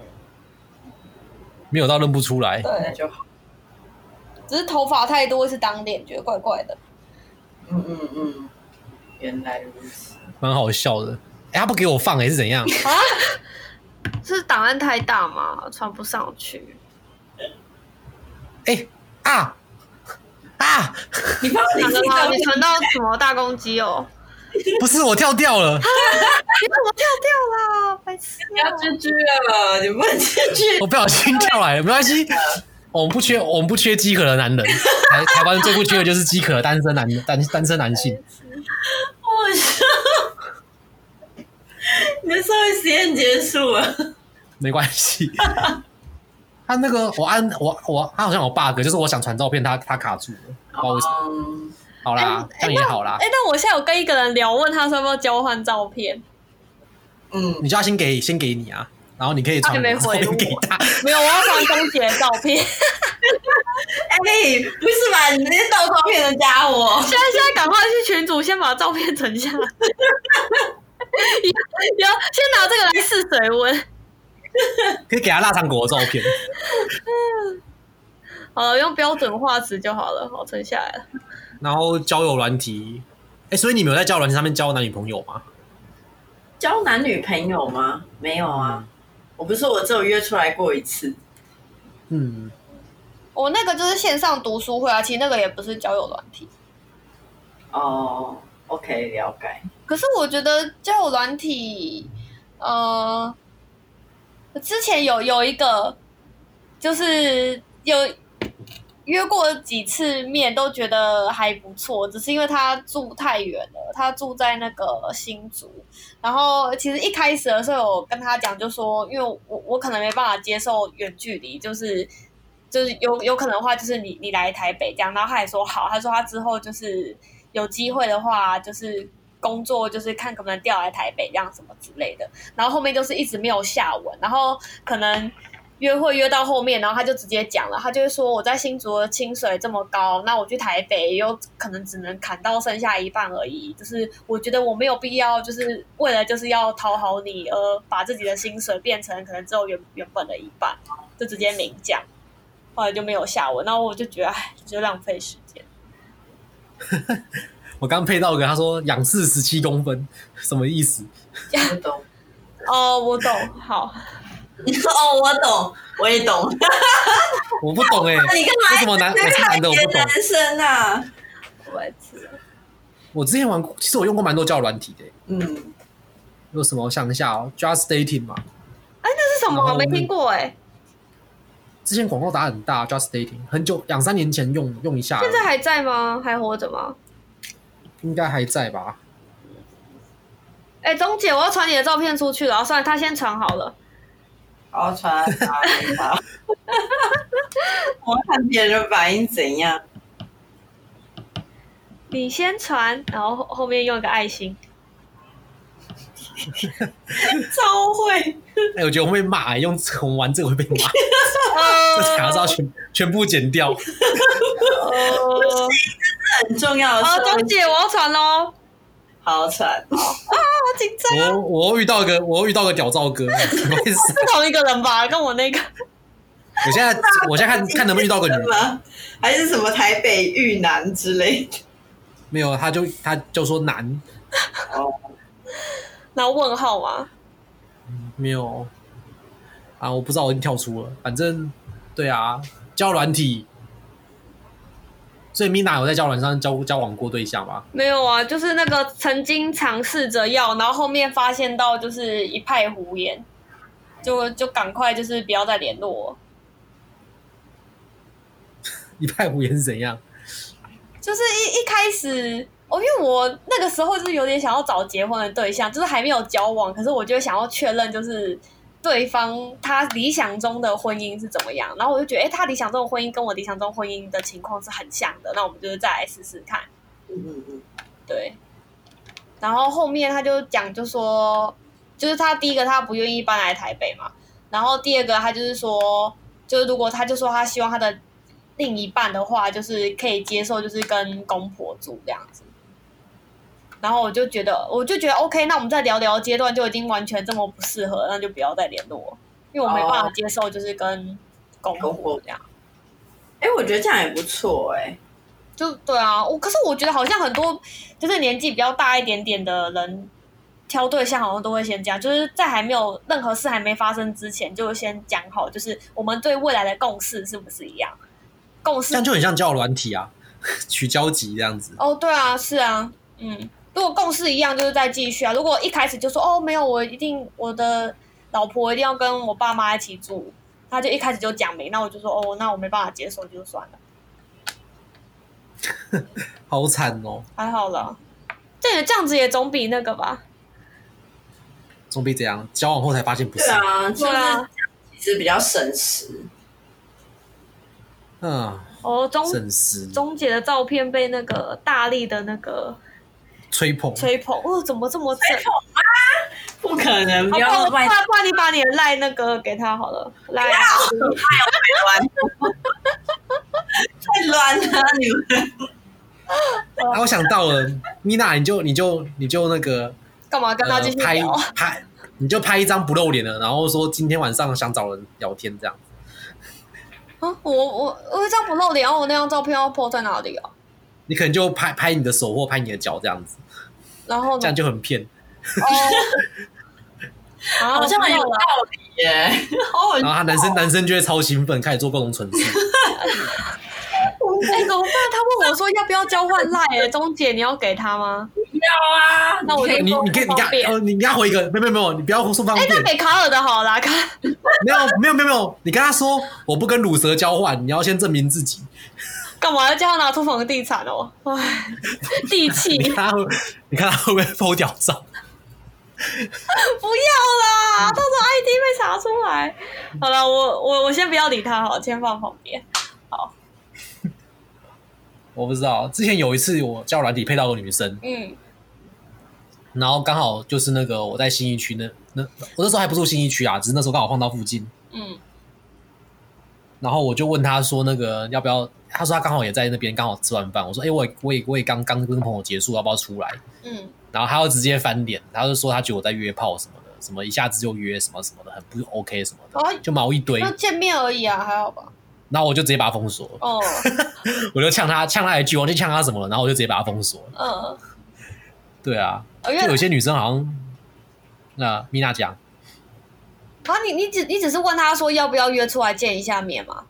Speaker 1: 没有到认不出来。
Speaker 3: 对，
Speaker 2: 那就好。
Speaker 3: 只是头发太多，是当脸，觉得怪怪的。
Speaker 2: 原来如此，
Speaker 1: 蛮好笑的。他不给我放是怎样？
Speaker 3: 啊？是档案太大吗？传不上去。
Speaker 2: 你放你自己照片，
Speaker 3: 你传到什么大公鸡哦？
Speaker 1: 不是，我跳掉了。
Speaker 3: 你怎么跳掉啦？白痴！
Speaker 2: 你要GG了，你不能GG。
Speaker 1: 我不小心跳来了，没关系。我们不缺饥渴的男人，台湾最不缺的就是饥渴的单身男性。
Speaker 2: 好笑，你的社会实验结束了，
Speaker 1: 没关系。他那个他好像有 bug， 就是我想传照片，他卡住了，不知道为什么。好啦，这样也好啦。
Speaker 3: 那我现在有跟一个人聊，问他说要不要交换照片。
Speaker 1: 你就要先给你啊。然后你可以传照片给他，
Speaker 3: 没有，我要传钟姐的照片。
Speaker 2: 不是吧？你那些盗照片的家伙！
Speaker 3: 现在赶快去群组，先把照片存下来。先拿这个来试水温。
Speaker 1: 可以给他腊肠狗的照片。
Speaker 3: 好了，用标准化词就好了，好，存下来了。
Speaker 1: 然后交友软体，所以你们有在交友软体上面交男女朋友吗？
Speaker 2: 交男女朋友吗？没有啊。我不是说我只有约出来过一次。
Speaker 3: 我那个就是线上读书会啊，其实那个也不是交友软体。
Speaker 2: 哦 ，OK， 了解。
Speaker 3: 可是我觉得交友软体之前有一个，就是有约过几次面，都觉得还不错，只是因为他住太远了，他住在那个新竹。然后其实一开始的时候，我跟他讲，就说因为我可能没办法接受远距离，就是有可能的话，就是你来台北这样。然后他也说好，他说他之后就是有机会的话，就是工作就是看可不能调来台北这样什么之类的。然后后面就是一直没有下文，然后可能约会约到后面，然后他就直接讲了，他就会说我在新竹的薪水这么高，那我去台北有可能只能砍到剩下一半而已，就是我觉得我没有必要就是为了就是要讨好你而把自己的薪水变成可能只有原本的一半，就直接明讲。后来就没有下文，然后我就觉得哎，就浪费时间。
Speaker 1: 我刚配到一个，他说仰视17公分，什么意思？
Speaker 2: 我懂。
Speaker 3: 哦，我懂，好。
Speaker 2: 哦，我懂，我也懂。
Speaker 1: 我不懂哎、
Speaker 2: 你干嘛？
Speaker 1: 为什么我是男的我不懂？
Speaker 2: 男生啊，
Speaker 3: 我也是。
Speaker 1: 我之前玩过，其实我用过蛮多交友软体的、
Speaker 2: 嗯，
Speaker 1: 有什么？我想一下哦 ，Just Dating 嘛。
Speaker 3: 哎，那是什么？我没听过哎。
Speaker 1: 之前广告打很大 ，Just Dating 很久2-3年前用一下，
Speaker 3: 现在还在吗？还活着吗？
Speaker 1: 应该还在吧？
Speaker 3: 哎，钟姐，我要传你的照片出去了，算了，他先传好了。
Speaker 2: 好传给他。我看别人反应怎样。
Speaker 3: 你先传，然后后面用一个爱心。
Speaker 2: 超会。
Speaker 1: 哎、我觉得我会被骂、用我们玩这个会被骂，这卡要全部剪掉。
Speaker 2: 很重要的。
Speaker 3: 好，钟姐，我要传喽。
Speaker 2: 好传。
Speaker 3: 啊，好紧张。
Speaker 1: 我又遇到一个屌照哥，不好意思，
Speaker 3: 是同一个人吧？跟我那个。
Speaker 1: 我现在看能不能遇到个女的，
Speaker 2: 还是什么台北遇男之类的？
Speaker 1: 没有，他就说男。
Speaker 2: 哦。
Speaker 3: 然后问号吗？
Speaker 1: 没有啊，我不知道，我已经跳出了。反正对啊，交友软体。所以 Mina 有在交友软上交往过对象吗？
Speaker 3: 没有啊，就是那个曾经尝试着要，然后后面发现到就是一派胡言，就赶快就是不要再联络。
Speaker 1: 一派胡言是怎样？
Speaker 3: 就是一开始，因为我那个时候就是有点想要找结婚的对象，就是还没有交往，可是我就想要确认，就是对方他理想中的婚姻是怎么样，然后我就觉得，他理想中的婚姻跟我理想中婚姻的情况是很像的，那我们就是再来试试看。对。然后后面他就讲，就说，就是他第一个他不愿意搬来台北嘛，然后第二个他就是说，就是如果他就说他希望他的另一半的话，就是可以接受，就是跟公婆住这样子。然后我就觉得 OK， 那我们在聊聊阶段就已经完全这么不适合，那就不要再联络，因为我没办法接受就是跟公婆这样。
Speaker 2: 我觉得这样也不错
Speaker 3: 就对啊，可是我觉得好像很多就是年纪比较大一点点的人挑对象好像都会先这样，就是在还没有任何事还没发生之前就先讲好，就是我们对未来的共识是不是一样？共识
Speaker 1: 这样就很像交友软体啊，取交集这样子。
Speaker 3: 哦，对啊，是啊，如果共识一样，就是再继续啊。如果一开始就说没有，我的老婆一定要跟我爸妈一起住，他就一开始就讲明，那我就说那我没办法接受，就算了。
Speaker 1: 好惨哦！
Speaker 3: 还好啦，这样子也总比那个吧。
Speaker 1: 总比怎样？交往后才发现不是。
Speaker 2: 对啊，就是其实比较省时。
Speaker 1: 省时。
Speaker 3: 钟姐的照片被那个大力的那个
Speaker 1: 吹捧，
Speaker 3: 怎么这么正？
Speaker 2: 吹捧吗？不可能！不要
Speaker 3: 不然你把你的赖那个给他好了，赖。
Speaker 2: 太乱了，你们。
Speaker 1: 我想到了 ，Mina， 你就那个
Speaker 3: 干嘛跟他继续聊？
Speaker 1: 你就拍一张不露脸的，然后说今天晚上想找人聊天这样。
Speaker 3: 我一张不露脸，然后我那张照片要 po 在哪里啊？
Speaker 1: 你可能就拍你的手或拍你的脚这样子，
Speaker 3: 然后
Speaker 1: 这样就很骗。
Speaker 2: 好像很有道理耶。
Speaker 1: 然后男生就会超兴奋，开始做各种蠢事。
Speaker 3: 怎么办？他问我说要不要交换赖？钟姐，你要给他吗？
Speaker 2: 啊，
Speaker 3: 那我就
Speaker 1: 你给你给他回一个，没有，你不要说方便。
Speaker 3: 那给卡尔的好啦，
Speaker 1: 没有，你跟他说我不跟乳蛇交换，你要先证明自己。
Speaker 3: 干嘛要叫他拿出房地产哦？唉，地契。
Speaker 1: 你看他会不会偷屌照？
Speaker 3: 不要啦，到时候 ID 被查出来。好了，我先不要理他，好，先放旁边。好，
Speaker 1: 我不知道，之前有一次我交友软体配到个女生，然后刚好就是那个我在信义区我那时候还不住信义区啊，只是那时候刚好晃到附近，然后我就问他说那个要不要，他说他刚好也在那边，刚好吃完饭，我说我也刚跟朋友结束，要不要出来？然后他就直接翻脸，他就说他觉得我在约炮什么的，什么一下子就约什么什么的，很不 OK 什么的，就毛一堆。
Speaker 3: 就见面而已啊，还好吧？
Speaker 1: 然后我就直接把他封锁了。哦，我就呛他一句，忘记呛他什么了，然后我就直接把他封锁了。对啊，就有些女生好像，那米娜讲，
Speaker 3: 啊，你只是问他说要不要约出来见一下面吗？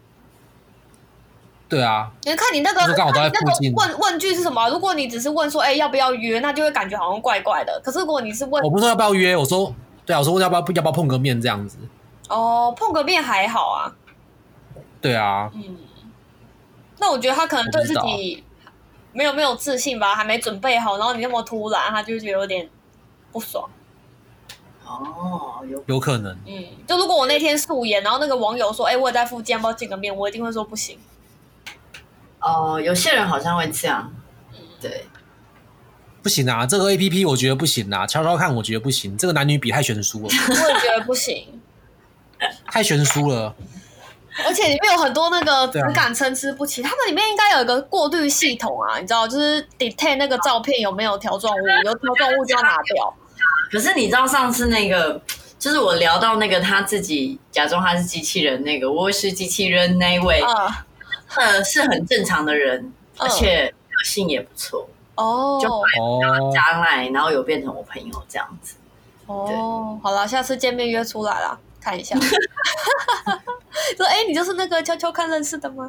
Speaker 1: 对啊，
Speaker 3: 你看你那个
Speaker 1: 刚好都在附近。
Speaker 3: 问句是什么？如果你只是问说，要不要约，那就会感觉好像怪怪的。可是如果你是问，
Speaker 1: 我不是说要不要约，我说对啊，我说要不要碰个面这样子。
Speaker 3: 哦，碰个面还好啊。
Speaker 1: 对啊。
Speaker 3: 那我觉得他可能对自己没有自信吧，还没准备好，然后你那么突然，他就觉得有点不爽。
Speaker 2: 哦，
Speaker 1: 有可能。
Speaker 3: 就如果我那天素颜，然后那个网友说，我也在附近，要不要见个面？我一定会说不行。
Speaker 2: 哦，有些人好像会这样，对，
Speaker 1: 不行啊，这个 APP 我觉得不行啊，悄悄看我觉得不行，这个男女比太悬殊了，
Speaker 3: 我也觉得不行，
Speaker 1: 太悬殊了，
Speaker 3: 而且里面有很多那个只敢参差不齐，他们里面应该有一个过滤系统啊，你知道，就是 detect 那个照片有没有条状物，有条状物就要拿掉。
Speaker 2: 可是你知道上次那个，就是我聊到那个他自己假装他是机器人那个，我是机器人那一位。是很正常的人，而且个性也不错就加来，然后有变成我朋友这样子。
Speaker 3: 好了，下次见面约出来啦，看一下。说你就是那个悄悄看认识的吗？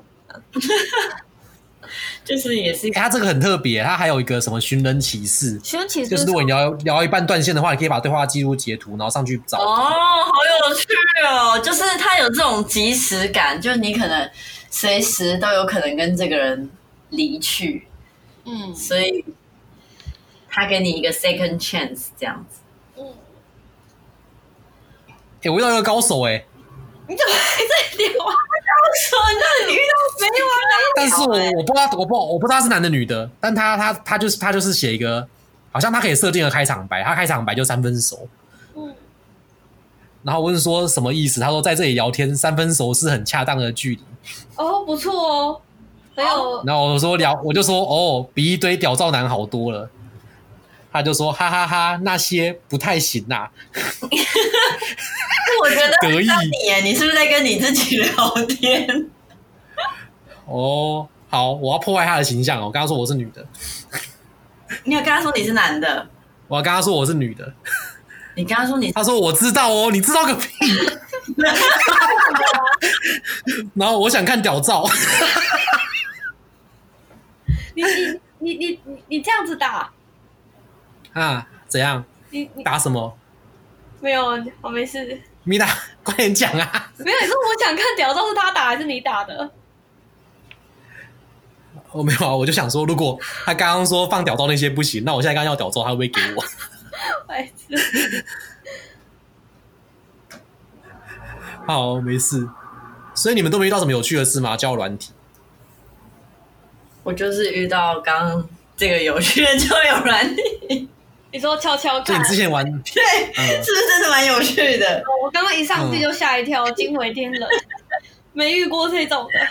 Speaker 2: 就是也是，
Speaker 1: 他这个很特别，他还有一个什么寻人启事，就是如果你聊一半断线的话，你可以把对话记录截图，然后上去找。
Speaker 2: 好有趣哦！就是他有这种即时感，就是你可能随时都有可能跟这个人离去，所以他给你一个 second chance 这样子。
Speaker 1: 我遇到一个高手
Speaker 3: 你怎么还在聊啊？高手，你遇到没有啊？
Speaker 1: 但是我不知道他是男的女的，但他就是写一个，好像他可以设定了开场白，他开场白就3分熟。然后问说什么意思？他说在这里聊天3分熟是很恰当的距离。
Speaker 3: 不错哦，很有。
Speaker 1: 然后我就说比一堆屌照男好多了。他就说哈哈哈，那些不太行啊。
Speaker 2: 我觉得
Speaker 1: 得意
Speaker 2: 你是不是在跟你自己聊天？
Speaker 1: 好，我要破坏他的形象我跟他说我是女的。
Speaker 2: 你有跟他说你是男的？
Speaker 1: 我要跟他说我是女的。
Speaker 2: 你跟他说
Speaker 1: 他说我知道你知道个屁。然后我想看屌照。
Speaker 3: 你这样子打
Speaker 1: 啊？怎样？你打什么？
Speaker 3: 没有，我没事。
Speaker 1: 米娜，快点讲啊！
Speaker 3: 没有，你说我想看屌照是他打还是你打的？
Speaker 1: 我没有啊，我就想说，如果他刚刚说放屌照那些不行，那我现在刚要屌照，他会不会给我？
Speaker 3: 白痴。
Speaker 1: 好，没事。所以你们都没遇到什么有趣的事吗？交友软体？
Speaker 2: 我就是遇到刚刚这个有趣的交友软体。
Speaker 3: 你说悄悄看？
Speaker 1: 你之前玩
Speaker 2: 对，是不是真的蛮有趣的？
Speaker 3: 我刚刚一上去就吓一跳，惊为天人，没遇过这种的。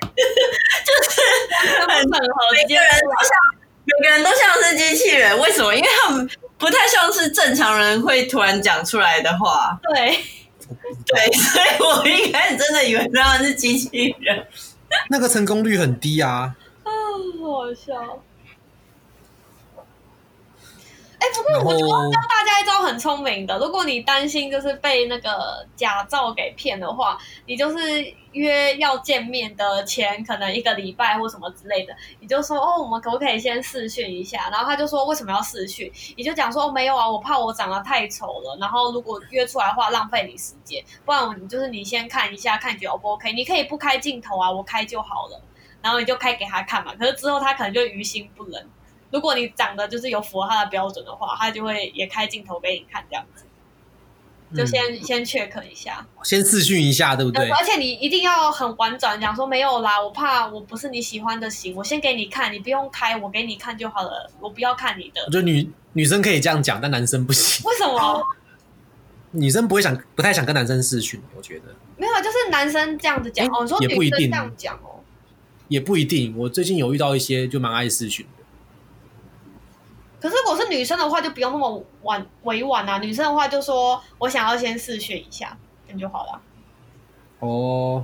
Speaker 2: 就是
Speaker 3: 很合，
Speaker 2: 每个人都像是机器人，为什么？因为他们不太像是正常人会突然讲出来的话。
Speaker 3: 对，
Speaker 2: 所以我一开始真的以为他们是机器人。
Speaker 1: 那个成功率很低啊。
Speaker 3: 好好笑。不过是我觉得教大家一招很聪明的，如果你担心就是被那个假照给骗的话，你就是约要见面的前可能1个礼拜或什么之类的，你就说我们可不可以先视讯一下？然后他就说为什么要视讯？你就讲说没有啊，我怕我长得太丑了，然后如果约出来的话浪费你时间，不然你先看一下，看你觉得 O 不 OK？你可以不开镜头啊，我开就好了。然后你就开给他看嘛，可是之后他可能就于心不忍。如果你长得就是有符合他的标准的话，他就会也开镜头给你看，这样子，就先 check 一下，
Speaker 1: 先视讯一下，对不对？
Speaker 3: 而且你一定要很婉转讲说没有啦，我怕我不是你喜欢的型，我先给你看，你不用开，我给你看就好了，我不要看你的。
Speaker 1: 我觉得女生可以这样讲，但男生不行。
Speaker 3: 为什么？
Speaker 1: 女生不太想跟男生视讯，我觉得
Speaker 3: 没有，就是男生这样子讲哦，你说女生这样讲哦。
Speaker 1: 也不一定，我最近有遇到一些就蛮爱视讯的。
Speaker 3: 可是如果是女生的话，就不用那么委婉啊。女生的话就说我想要先视讯一下，这样就好了。
Speaker 1: 哦，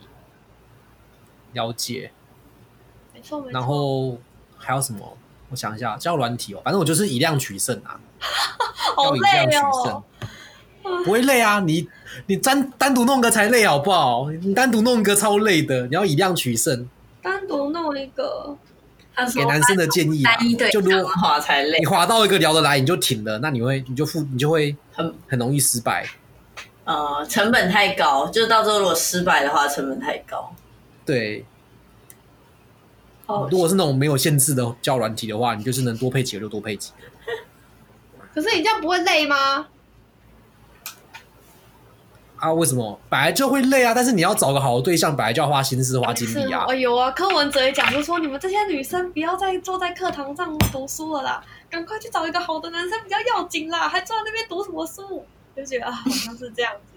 Speaker 1: 了解。
Speaker 3: 没错。
Speaker 1: 然后还有什么？我想一下，交友软体哦，反正我就是以量取胜啊。
Speaker 3: 好累哦。
Speaker 1: 不会累啊，你单独弄个才累好不好？你单独弄一个超累的，你要以量取胜。
Speaker 3: 单独弄一个，
Speaker 1: 给男生的建议啊，就如果
Speaker 2: 滑才累，
Speaker 1: 你滑到一个聊得来你就停了，那你就会很容易失败。
Speaker 2: 成本太高，就到时候如果失败的话，成本太高。
Speaker 1: 对。如果是那种没有限制的交友软体的话，你就是能多配几个就多配几个。
Speaker 3: 可是你这样不会累吗？
Speaker 1: 啊，为什么？本来就会累啊，但是你要找个好的对象，本来就要花心思、花精力啊。
Speaker 3: 哎呦啊，柯文哲也讲，就说你们这些女生不要再坐在课堂上读书了啦，赶快去找一个好的男生比较要紧啦，还坐在那边读什么书？就觉得好像是这样子。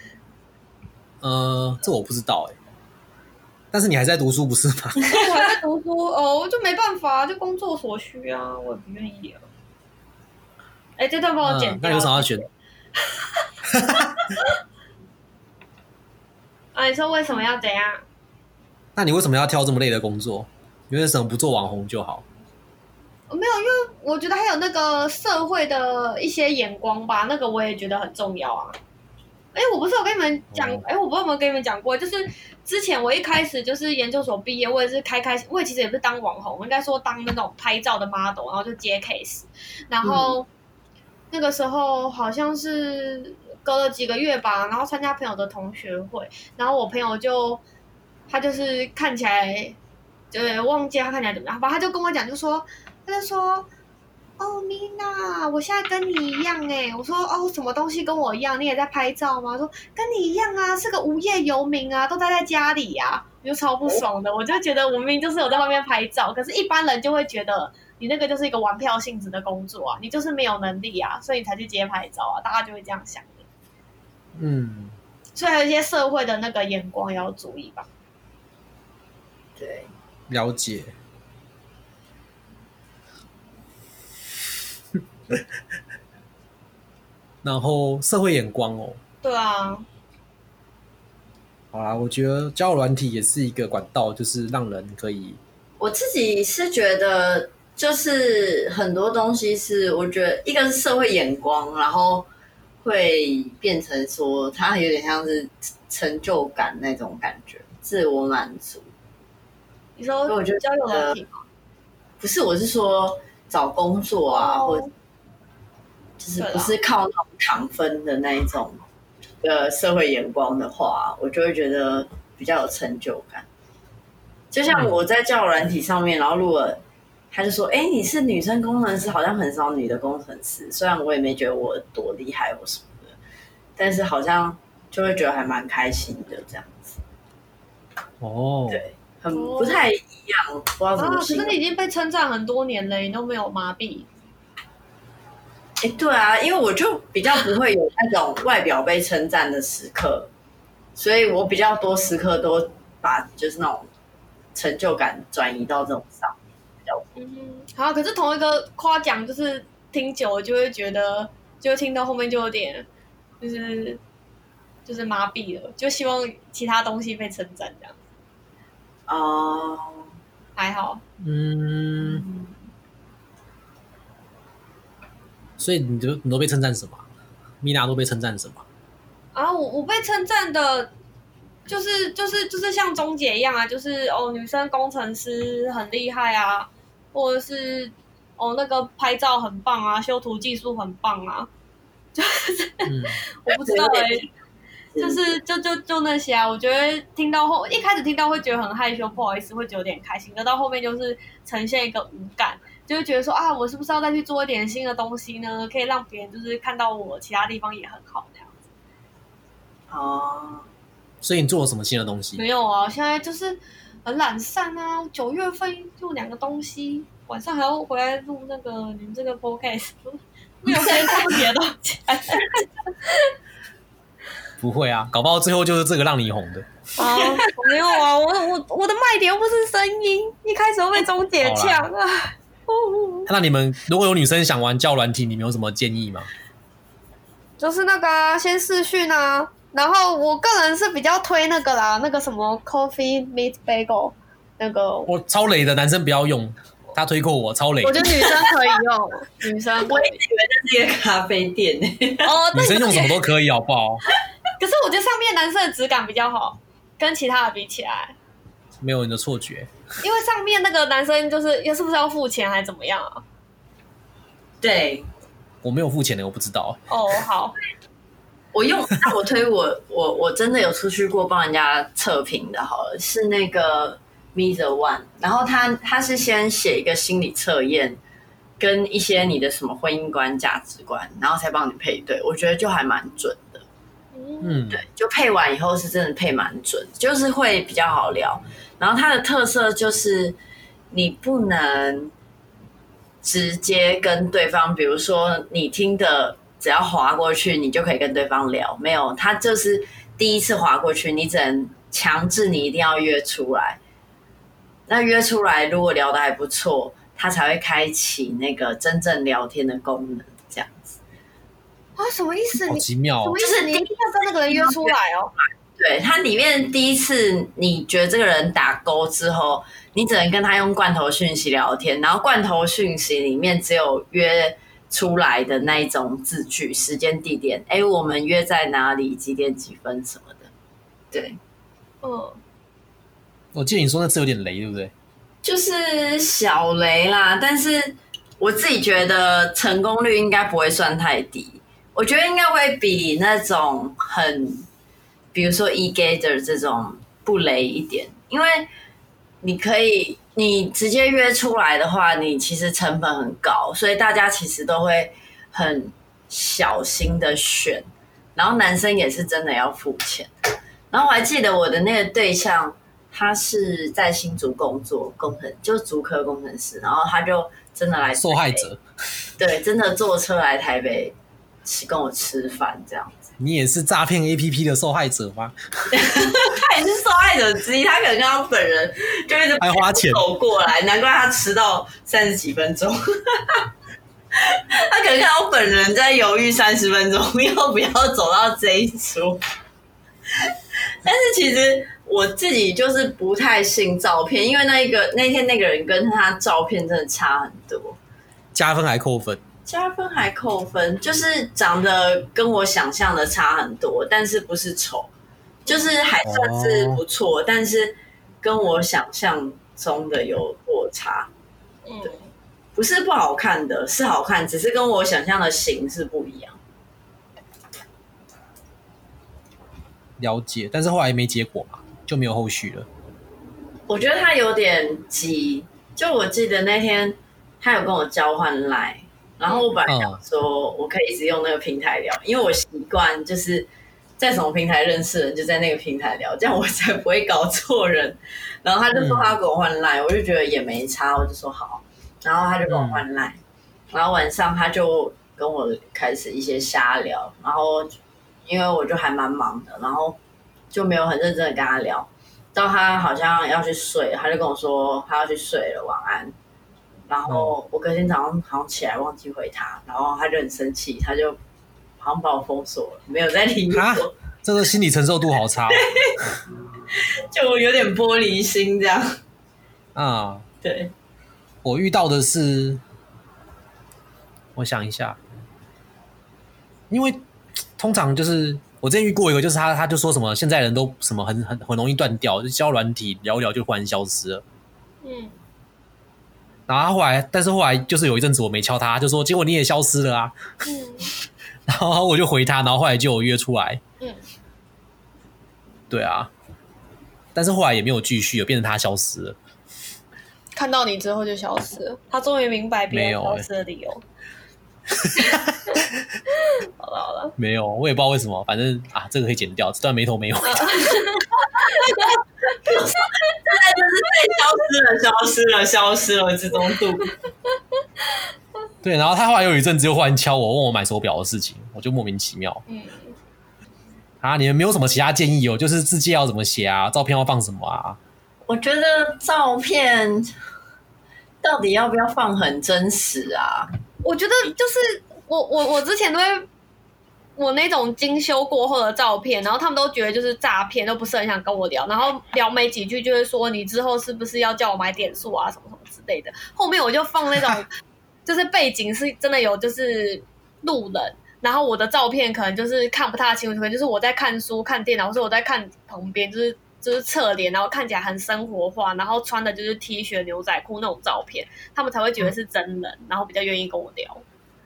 Speaker 1: 这我不知道但是你还在读书不是吗？
Speaker 3: 我还在读书我就没办法，就工作所需啊，我也不愿意啊。这段帮我剪掉。
Speaker 1: 那有什么要选？
Speaker 3: 你说为什么要怎样？
Speaker 1: 那你为什么要挑这么累的工作？你为什么不做网红就好？
Speaker 3: 没有，因为我觉得还有那个社会的一些眼光吧，那个我也觉得很重要啊。我不是有跟你们讲，我不知道有没有跟你们讲过，就是之前我一开始就是研究所毕业，我也是我也其实也不是当网红，应该说当那种拍照的 model， 然后就接 case， 然后那个时候好像是隔了几个月吧，然后参加朋友的同学会，然后我朋友他就是看起来，忘记他看起来怎么样，反正他就跟我讲，他就说。米娜，我现在跟你一样我说什么东西跟我一样？你也在拍照吗？说跟你一样啊，是个无业游民啊，都待在家里啊，我就超不爽的。我就觉得我明明就是有在外面拍照，可是一般人就会觉得你那个就是一个玩票性质的工作啊，你就是没有能力啊，所以你才去接拍照啊，大家就会这样想的。所以还有一些社会的那个眼光也要注意吧。
Speaker 2: 对，
Speaker 1: 了解。然后社会眼光
Speaker 3: 对啊。
Speaker 1: 好啦，我觉得交友软体也是一个管道，就是让人可以。
Speaker 2: 我自己是觉得，就是很多东西是我觉得一个是社会眼光，然后会变成说它有点像是成就感那种感觉，自我满足。
Speaker 3: 你说
Speaker 2: 我觉得
Speaker 3: 交友软体吗？
Speaker 2: 不是，我是说找工作啊，或者就是不是靠那种糖分的那一种社会眼光的话，我就会觉得比较有成就感。就像我在交友软体上面，然后如果他就说：“你是女生工程师，好像很少女的工程师。”虽然我也没觉得我多厉害或什么的，但是好像就会觉得还蛮开心的这样子。对，很不太一样，不知道怎么形容。
Speaker 3: 可是你已经被称赞很多年了，你都没有麻痹。
Speaker 2: 对啊，因为我就比较不会有那种外表被称赞的时刻，所以我比较多时刻都把就是那种成就感转移到这种上面。
Speaker 3: 好，可是同一个夸奖，就是听久了就会觉得，就会听到后面就有点就是麻痹了，就希望其他东西被称赞这样。
Speaker 1: 还好。 所以你都被称赞什么？米娜都被称赞什么？
Speaker 3: 啊，我被称赞的，就是像钟姐一样啊，就是女生工程师很厉害啊，或者是那个拍照很棒啊，修图技术很棒啊，就是我不知道就是就那些啊，我觉得一开始听到会觉得很害羞，不好意思，会觉得有点开心，到后面就是呈现一个无感，就会觉得说啊，我是不是要再去做一点新的东西呢？可以让别人就是看到我其他地方也很好那样子。
Speaker 2: 哦，
Speaker 1: 所以你做了什么新的东西？
Speaker 3: 没有啊，现在就是很懒散啊。9月份录2个东西，晚上还要回来录那个你们这个 podcast， 没有时间做别的东西。
Speaker 1: 不会啊，搞不好最后就是这个让你红的。
Speaker 3: 啊，我没有啊，我的卖点又不是声音，一开始会被钟姐呛啊。
Speaker 1: 那你们如果有女生想玩交友软体，你们有什么建议吗？
Speaker 3: 就是那个啊，先视讯啊，然后我个人是比较推那个啦，那个什么 Coffee Meet Bagel 那个，
Speaker 1: 我超雷的，男生不要用，他推过我，超雷。
Speaker 3: 我觉得女生可以用，女生
Speaker 2: 我一直以为这是一个咖啡店
Speaker 1: 女生用什么都可以，好不好？
Speaker 3: 可是我觉得上面男生的质感比较好，跟其他的比起来。
Speaker 1: 没有你的错觉，
Speaker 3: 因为上面那个男生是不是要付钱还是怎么样啊？
Speaker 2: 对，
Speaker 1: 我没有付钱的，我不知道。
Speaker 3: 哦，好，
Speaker 2: 我推我真的有出去过帮人家测评的，好了，是那个 Meet the One， 然后他是先写一个心理测验，跟一些你的什么婚姻观、价值观，然后才帮你配对，我觉得就还蛮准的。对，就配完以后是真的配蛮准，就是会比较好聊。然后它的特色就是你不能直接跟对方，比如说你听的只要滑过去，你就可以跟对方聊，没有，它就是第一次滑过去，你只能强制你一定要约出来。那约出来，如果聊得还不错，它才会开启那个真正聊天的功能，这样子。
Speaker 3: 啊，什么意思？
Speaker 1: 好奇妙哦！
Speaker 3: 就是你一定要跟那个人约出来哦。
Speaker 2: 对，它里面第一次你觉得这个人打勾之后，你只能跟他用罐头讯息聊天，然后罐头讯息里面只有约出来的那一种字句、时间、地点，我们约在哪里、几点几分什么的。对，
Speaker 1: 我记得你说那次有点雷，对不对？
Speaker 2: 就是小雷啦，但是我自己觉得成功率应该不会算太低。我觉得应该会比那种比如说 eGather 这种不雷一点，因为你直接约出来的话，你其实成本很高，所以大家其实都会很小心的选，然后男生也是真的要付钱。然后我还记得我的那个对象，他是在新竹工作，就是竹科工程师，然后他就真的来
Speaker 1: 受害者，
Speaker 2: 对，真的坐车来台北跟我吃饭这样子。
Speaker 1: 你也是诈骗 APP 的受害者吗？
Speaker 2: 他也是受害者之一，他可能跟他本人就一直
Speaker 1: 还花钱
Speaker 2: 走过来，难怪他迟到30几分钟。他可能看到本人在犹豫30分钟要不要走到这一桌。但是其实我自己就是不太信照片，因为那天那个人跟他照片真的差很多。
Speaker 1: 加分还扣分？
Speaker 2: 加分还扣分，就是长得跟我想象的差很多，但是不是丑，就是还算是不错，但是跟我想象中的有落差。对，不是不好看的，是好看，只是跟我想象的型是不一样。
Speaker 1: 了解，但是后来没结果嘛，就没有后续了。
Speaker 2: 我觉得他有点急，就我记得那天他有跟我交换 LINE。然后我本来想说，我可以一直用那个平台聊，因为我习惯就是在什么平台认识人就在那个平台聊，这样我才不会搞错人。然后他就说他要跟我换 LINE，我就觉得也没差，我就说好。然后他就跟我换 LINE，然后晚上他就跟我开始一些瞎聊，然后因为我就还蛮忙的，然后就没有很认真的跟他聊。到他好像要去睡，他就跟我说他要去睡了，晚安。然后我隔天早上好像起来忘记回他，然后他就很生气，他就好像把我封锁了，没有再理我。
Speaker 1: 这个心理承受度好差，
Speaker 2: 就有点玻璃心这样。
Speaker 1: 对，我遇到的是，我想一下， 因为通常就是我之前遇过一个，就是他就说什么现在人都什么很容易断掉，就交友软体聊一聊就忽然消失了。然后但是后来就是有一阵子我没敲他，就说结果你也消失了啊。然后我就回他，然后后来就有约出来。对啊，但是后来也没有继续，变成他消失了。
Speaker 3: 看到你之后就消失了，他终于明白别人消失的理由。好了，
Speaker 1: 没有，我也不知道为什么，反正这个可以剪掉，这段没头没尾。现在
Speaker 2: 就是消失了，之中度。
Speaker 1: 对，然后他后来有一阵子又忽然敲我，问我买手表的事情，我就莫名其妙。你们没有什么其他建议哦？就是字迹要怎么写啊？照片要放什么啊？
Speaker 2: 我觉得照片到底要不要放很真实啊？
Speaker 3: 我觉得就是我之前都会我那种精修过后的照片，然后他们都觉得就是诈骗，都不是很想跟我聊，然后聊没几句就会说你之后是不是要叫我买点数啊什么什么之类的。后面我就放那种就是背景是真的有就是路人，然后我的照片可能就是看不太清楚，可能就是我在看书看电脑，或是我在看旁边就是侧脸，然后看起来很生活化，然后穿的就是 T 恤牛仔裤那种照片，他们才会觉得是真人，然后比较愿意跟我聊。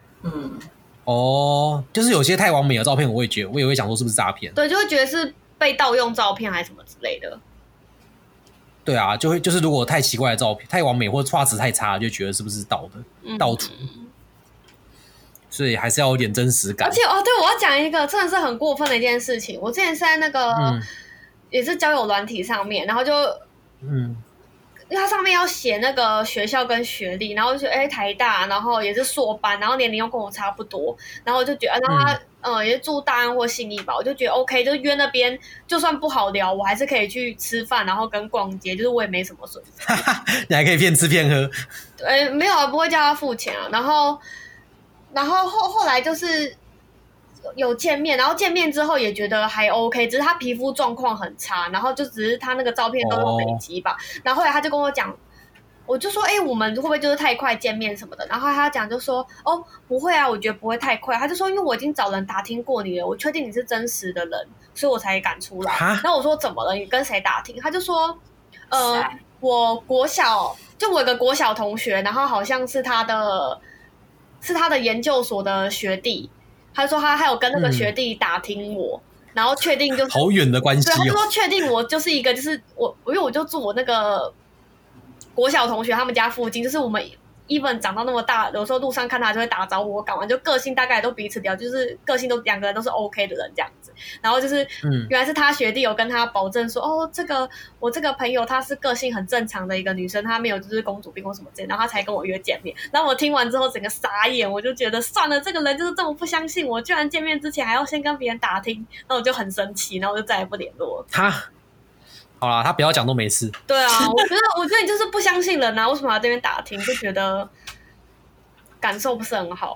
Speaker 1: 就是有些太完美的照片，我也会想说是不是诈骗？
Speaker 3: 对，就会觉得是被盗用照片还是什么之类的。
Speaker 1: 对啊，就是如果太奇怪的照片、太完美或者画质太差，就觉得是不是盗图。所以还是要有点真实感。
Speaker 3: 而且对，我要讲一个真的是很过分的一件事情。我之前是在那个、也是交友软体上面，然后就因为它上面要写那个学校跟学历，然后就台大，然后也是硕班，然后年龄又跟我差不多，然后我就觉得，然后他也是住大安或信义吧，我就觉得 OK， 就约那边就算不好聊，我还是可以去吃饭，然后跟逛街，就是我也没什么损失。
Speaker 1: 你还可以骗吃骗喝？
Speaker 3: 没有啊，不会叫他付钱啊。然后后来就是有见面，然后见面之后也觉得还 OK， 只是他皮肤状况很差，然后就只是他那个照片都用美肌吧。然后后来他就跟我讲，我就说我们会不会就是太快见面什么的？然后他讲就说不会啊，我觉得不会太快。他就说因为我已经找人打听过你了，我确定你是真实的人，所以我才敢出来。然后我说怎么了？你跟谁打听？他就说我国小就我有个国小同学，然后好像是他的研究所的学弟。他说他还有跟那个学弟打听我，然后确定就是
Speaker 1: 好远的关系。
Speaker 3: 对，他就说确定我就是一个就是因为我就住我那个国小同学他们家附近，就是我们 even 长到那么大，有时候路上看他就会打招呼，我干嘛就个性大概都彼此聊，就是个性都两个人都是 OK 的人这样子。然后就是原来是他学弟有跟他保证说我这个朋友她是个性很正常的一个女生，她没有就是公主病或什么之类的，然后他才跟我约见面。然后我听完之后整个傻眼，我就觉得算了，这个人就是这么不相信我，居然见面之前还要先跟别人打听，那我就很生气，然后我就再也不联络
Speaker 1: 他。好啦，他不要讲都没事。
Speaker 3: 对啊，我觉得你就是不相信人啊，为什么要这边打听？就觉得感受不是很好。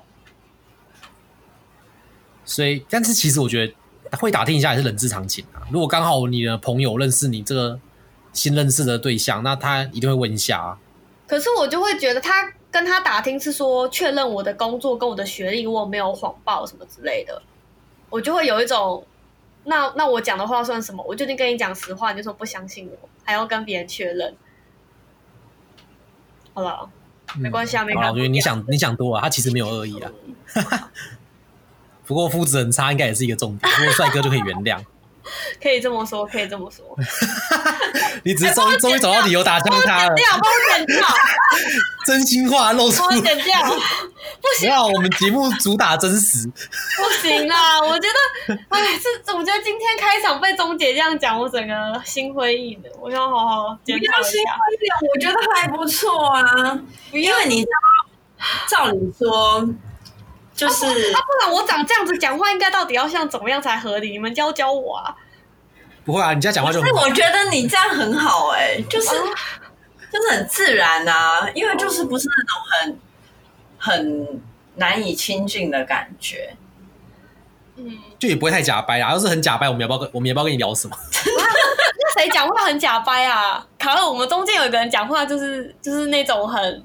Speaker 1: 所以，但是其实我觉得会打听一下也是人之常情啊。如果刚好你的朋友认识你这个新认识的对象，那他一定会问一下啊。
Speaker 3: 可是我就会觉得他跟他打听是说确认我的工作跟我的学历我没有谎报什么之类的，我就会有一种那我讲的话算什么？我就已经跟你讲实话，你就说不相信我，还要跟别人确认。好了，没关系啊，没关系。
Speaker 1: 我觉得你想多了，他其实没有恶意啊。不过肤质很差，应该也是一个重点。不过帅哥就可以原谅。
Speaker 3: 可以这么说，可以这么说。
Speaker 1: 你只是终于找到理由打枪他了。
Speaker 3: 帮我剪掉，
Speaker 1: 真心话露出。
Speaker 3: 帮我剪掉，不行。
Speaker 1: 没有，我们节目主打真实。
Speaker 3: 不行啦，我觉得，我觉得今天开场被钟姐这样讲，我整个心灰意冷。我要好好检讨一下。
Speaker 2: 我觉得还不错啊，因为你照理说。就是
Speaker 3: 不然我长这样子讲话，应该到底要像怎么样才合理？你们教我啊！
Speaker 1: 不会啊，你这样讲话就很好。
Speaker 2: 我觉得你这样很好就是很自然啊，因为就是不是那种很难以亲近的感觉。
Speaker 1: 就也不会太假掰啊。要是很假掰，我们也不知道跟你聊什么。
Speaker 3: 那谁讲话很假掰啊？卡尔，我们中间有一个人讲话就是那种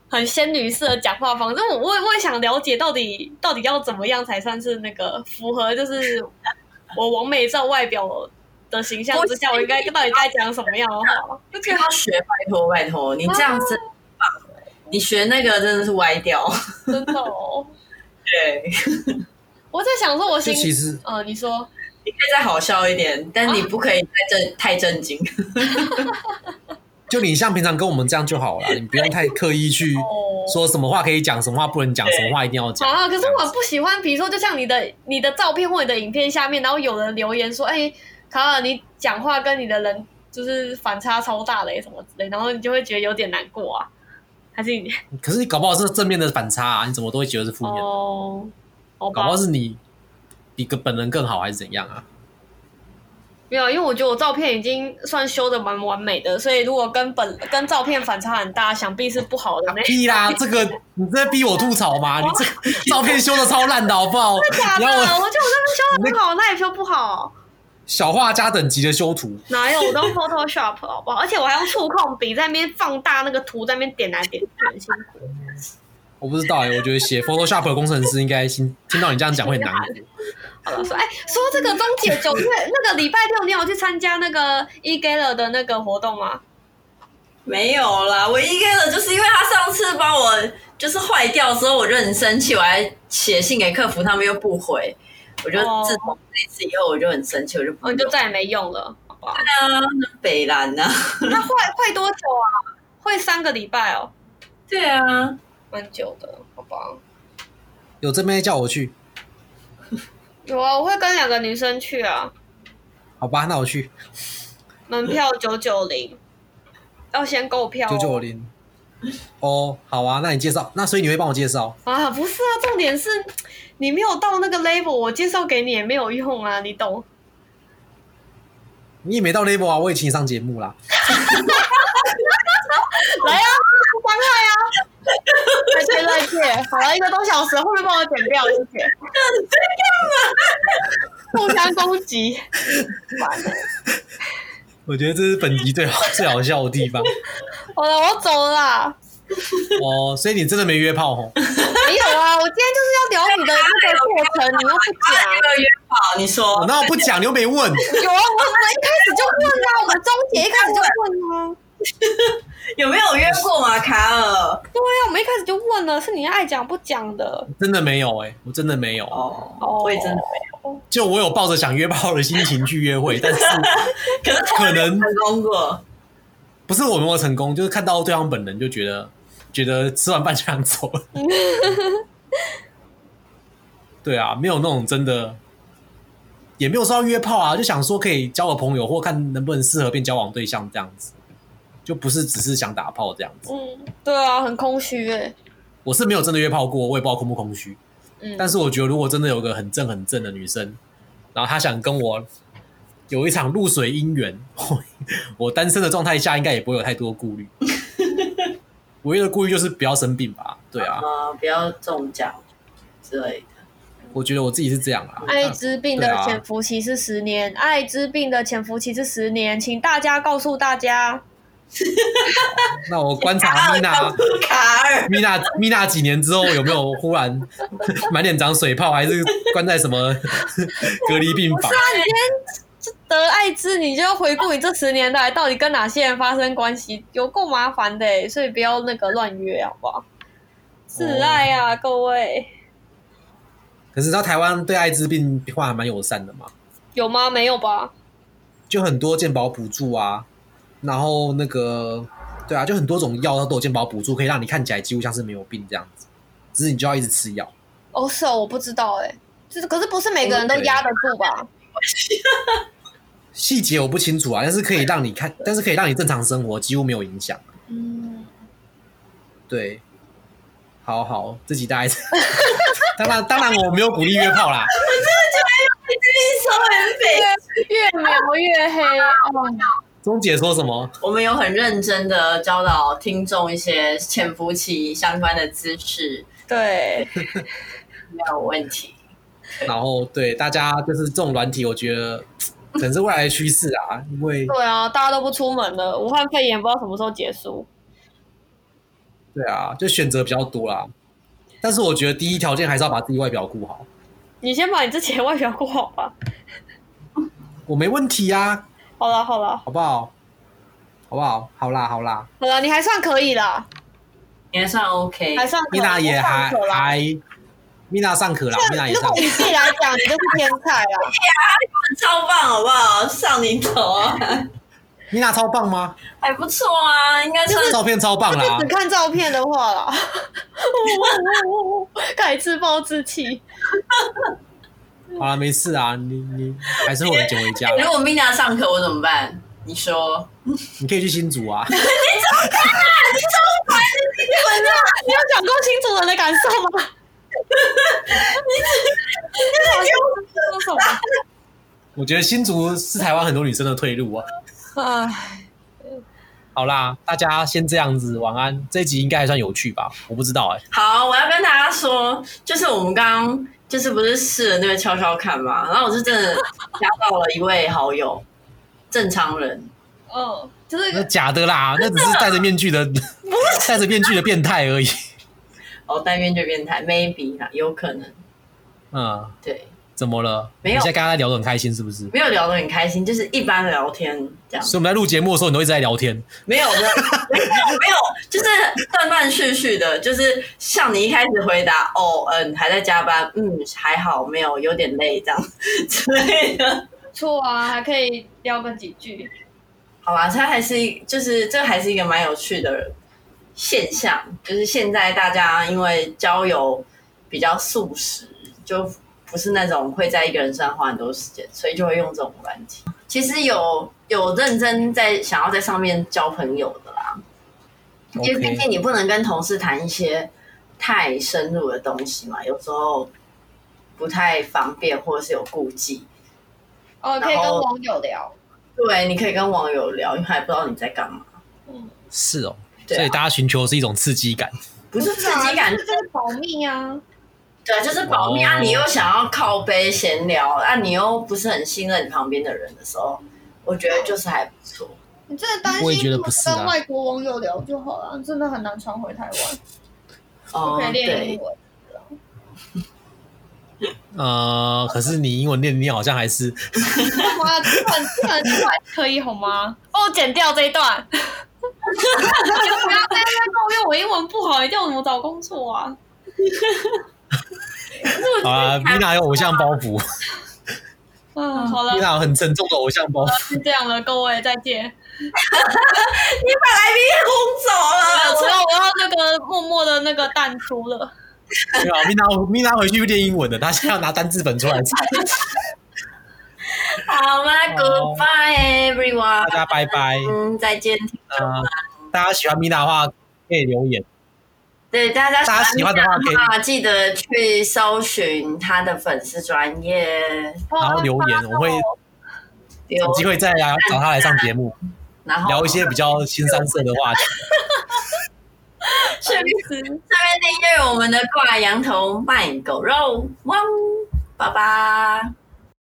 Speaker 3: 很仙女式的讲话方式。我也想了解到底要怎么样才算是那个符合，就是我完美照外表的形象之下，我应该到底该讲什么样的话？
Speaker 2: 就不要学，拜托，你这样子，你学那个真的是歪掉，
Speaker 3: 真的哦。
Speaker 2: 对，
Speaker 3: 我在想说，
Speaker 1: 其实
Speaker 3: 你说。
Speaker 2: 你可以再好笑一点，但你不可以太震惊。
Speaker 1: 就你像平常跟我们这样就好了，你不用太刻意去说什么话可以讲，什么话不能讲，什么话一定要讲。
Speaker 3: 啊，可是我很不喜欢，比如说，就像你的照片或你的影片下面，然后有人留言说：“哎，卡尔，你讲话跟你的人就是反差超大的什么之类”，然后你就会觉得有点难过啊。还是你？
Speaker 1: 可是你搞不好是正面的反差啊，你怎么都会觉得是负面的？
Speaker 3: 哦，
Speaker 1: 搞不好是你比本人更好，还是怎样啊？
Speaker 3: 没有，因为我觉得我照片已经算修的蛮完美的，所以如果跟照片反差很大，想必是不好的。
Speaker 1: 屁啦，这个你在逼我吐槽吗？你这照片修的超烂的好不好？
Speaker 3: 真的假的？我觉得我这边修的很好，那也修不好。
Speaker 1: 小画家等级的修图，
Speaker 3: 哪有？我都 Photoshop 好不好？而且我还用触控笔在那边放大那个图，在那边点来点去，很辛苦。
Speaker 1: 我不知道我觉得写 Photoshop 的工程师应该听到你这样讲会很难过。
Speaker 3: 好了，说这个钟姐9月那个礼拜六，你有去参加那个 eGala 的那个活动吗？
Speaker 2: 没有啦，我eGala就是因为他上次帮我就是坏掉的时候，我就很生气，我还写信给客服，他们又不回，我就自从那次以后我就很生气，我就
Speaker 3: 再也没用了，好不好？
Speaker 2: 对啊，那北兰啊，
Speaker 3: 那坏多久啊？会3个礼拜哦。
Speaker 2: 对啊，
Speaker 3: 蛮久的，好吧？
Speaker 1: 有这边叫我去。
Speaker 3: 有啊，我会跟2个女生去啊。
Speaker 1: 好吧，那我去。
Speaker 3: 门票990，要先购票
Speaker 1: 990。哦，好啊，那你介绍，那所以你会帮我介绍
Speaker 3: 啊？不是啊，重点是你没有到那个 level， 我介绍给你也没有用啊，你懂？
Speaker 1: 你也没到 level 啊，我也请你上节目啦。
Speaker 3: 来啊，伤害啊！再见，好了，1个多小时，后面帮我剪掉，谢谢。互相攻击，完了。
Speaker 1: 我觉得这是本集最好笑的地方。
Speaker 3: 好了，我走了啦。
Speaker 1: 哦，所以你真的没约炮吼？
Speaker 3: 没有啊，我今天就是要聊你的那个过程，你又不讲。
Speaker 2: 约炮，你说？
Speaker 1: 我那我不讲，你又没问。有啊，我们
Speaker 3: 一开始就问啊，我们钟姐一开始就问啊。
Speaker 2: 有没有约过吗，卡尔？
Speaker 3: 对啊，我们一开始就问了，是你爱讲不讲的。
Speaker 1: 真的没有我真的没有。
Speaker 2: 我也真的没有。
Speaker 1: 就我有抱着想约炮的心情去约会，但是可能
Speaker 2: 成功过。
Speaker 1: 不是我没有成功，就是看到对方本人就觉得吃完饭就想走了。对啊，没有那种真的，也没有说要约炮啊，就想说可以交个朋友，或看能不能适合变交往对象这样子，就不是只是想打炮这样子。
Speaker 3: 对啊，很空虚
Speaker 1: 我是没有真的约炮过，我也不知道空不空虚。但是我觉得如果真的有个很正的女生，然后她想跟我有一场露水姻缘，我单身的状态下应该也不会有太多顾虑。唯一的顾虑就是不要生病吧，对啊，
Speaker 2: 不要中奖之类的。
Speaker 1: 我觉得我自己是这样啦。
Speaker 3: 艾滋病的潜伏期是10年，艾滋病的潜伏期是10年，请大家告诉大家。
Speaker 1: 那我观察米娜几年之后有没有忽然满脸长水泡，还是关在什么隔离病房？不是
Speaker 3: 啊，你今天得艾滋，你就要回顾你这10年来到底跟哪些人发生关系，有够麻烦的所以不要那个乱约，好不好？自爱啊，各位。
Speaker 1: 可是，台湾对艾滋病患还蛮友善的嘛？
Speaker 3: 有吗？没有吧？
Speaker 1: 就很多健保补助啊。然后那个，对啊，就很多种药它都有健保补助，可以让你看起来几乎像是没有病这样子，只是你就要一直吃药。
Speaker 3: 哦，是哦，我不知道就是可是不是每个人都压得住吧？
Speaker 1: 细节我不清楚啊，但是可以让你看，但是可以让你正常生活，几乎没有影响。对，好，自己大概当然我没有鼓励约炮啦。
Speaker 2: 我真的觉得这手很肥，
Speaker 3: 越描越黑。
Speaker 1: 钟姐说什么？
Speaker 2: 我们有很认真的教导听众一些潜伏期相关的知识，
Speaker 3: 对，
Speaker 2: 没有问题。
Speaker 1: 然后对大家就是这种软体，我觉得可能是未来的趋势啊，因为
Speaker 3: 对啊，大家都不出门了，武汉肺炎不知道什么时候结束。
Speaker 2: 对啊，我觉得这个是未来的趋势。对啊，大家都不出门了，武汉肺炎不知道什么时候结束。
Speaker 3: 对啊，大家都不出门了，武汉肺炎不知道什么时候结束。 对啊，大家都不出门了，武汉肺炎不知道什么时候结束。
Speaker 2: 对啊，
Speaker 1: 对啊，就选择比较多啦。但是我觉得第一条件还是要把自己外表顾好。
Speaker 3: 你先把你自己的外表顾好吧。
Speaker 1: 我没问题啊。
Speaker 3: 好了，
Speaker 1: 好不好？好不好？好啦，
Speaker 3: 你还算可以啦，
Speaker 2: 你还算 OK，
Speaker 3: 还算可以。
Speaker 1: Mina 也还Mina 尚可啦，Mina 也尚可。
Speaker 3: 如果你自己来讲，你就是天才啦。
Speaker 2: 超棒，好不好？上你头啊
Speaker 1: ！Mina 超棒吗？
Speaker 2: 还不错啊，应该算
Speaker 1: 照片超棒啦。
Speaker 3: 只看照片的话啦，开始自暴自弃。
Speaker 1: 好了，没事啊，你还是会有人捡回家。
Speaker 2: 如果 Mina 上课，我怎么办？你说，
Speaker 1: 你可以去新竹啊。
Speaker 2: 你怎么看啊？你超烦的，
Speaker 3: 你有讲过新竹人的感受吗？你说什么？
Speaker 1: 我觉得新竹是台湾很多女生的退路啊。
Speaker 3: 唉，
Speaker 1: 好啦，大家先这样子，晚安。这一集应该还算有趣吧？我不知道
Speaker 2: 好，我要跟大家说，就是我们刚刚就是不是试了那个敲敲看嘛，然后我是真的加到了一位好友，正常人。
Speaker 3: 就是
Speaker 1: 那假的啦，那只是戴着面具的变态而已。
Speaker 2: 戴面具变态 ，maybe 啦，有可能。对。
Speaker 1: 怎么了？
Speaker 2: 没有，
Speaker 1: 你现在跟他聊得很开心是不是？
Speaker 2: 没有聊得很开心，就是一般聊天这样。
Speaker 1: 所以我们在录节目的时候，你都一直在聊天？
Speaker 2: 没有，就是断断续续的，就是像你一开始回答还在加班，还好，没有，有点累这样之类的。
Speaker 3: 错啊，还可以聊个几句。
Speaker 2: 好吧，这还是一个蛮有趣的现象，就是现在大家因为交友比较速食，就不是那种会在一个人身上花很多时间，所以就会用这种软体。其实有认真想要在上面交朋友的啦，因为毕竟你不能跟同事谈一些太深入的东西嘛，有时候不太方便或者是有顾忌。
Speaker 3: 可以跟网友聊。
Speaker 2: 对，你可以跟网友聊，因为还不知道你在干嘛。
Speaker 1: 是哦，所以大家寻求的是一种刺激感，
Speaker 2: 不是刺激感，
Speaker 3: 就是保密啊。
Speaker 2: 对，就是保密啊！你又想要靠背闲聊你又不是很信任你旁边的人的时候，我觉得就是还不错。
Speaker 3: 你真的担心跟外国网友聊就好了，真的很难传回台湾。可以练英文。
Speaker 1: 可是你英文你好像还是
Speaker 3: 哇，这很可以好吗？剪掉这一段。不要再抱怨我英文不好，你叫我怎么找工作啊？
Speaker 1: 好啊 ，Mina 有偶像包袱。
Speaker 3: 好了
Speaker 1: ，Mina 有很沉重的偶像包袱。
Speaker 3: 是这样了，各位再见。
Speaker 2: 你把来宾轰走了，
Speaker 3: 我要那个默默的那个淡出了。
Speaker 1: 对啊 ，Mina 回去练英文的，她现在要拿单字本出来查。
Speaker 2: 好啦 ，Goodbye everyone，
Speaker 1: 大家拜拜。
Speaker 2: 再见。
Speaker 1: 大家喜欢 Mina 的话，可以留言。
Speaker 2: 对，大家
Speaker 1: 喜欢的话可以
Speaker 2: 记得去搜寻他的粉丝专页，
Speaker 1: 然后留言，我会有机会再来找他来上节目，
Speaker 2: 然后
Speaker 1: 聊一些比较新三色的话题。
Speaker 2: 顺便订阅我们的挂羊头卖狗肉，汪，拜拜。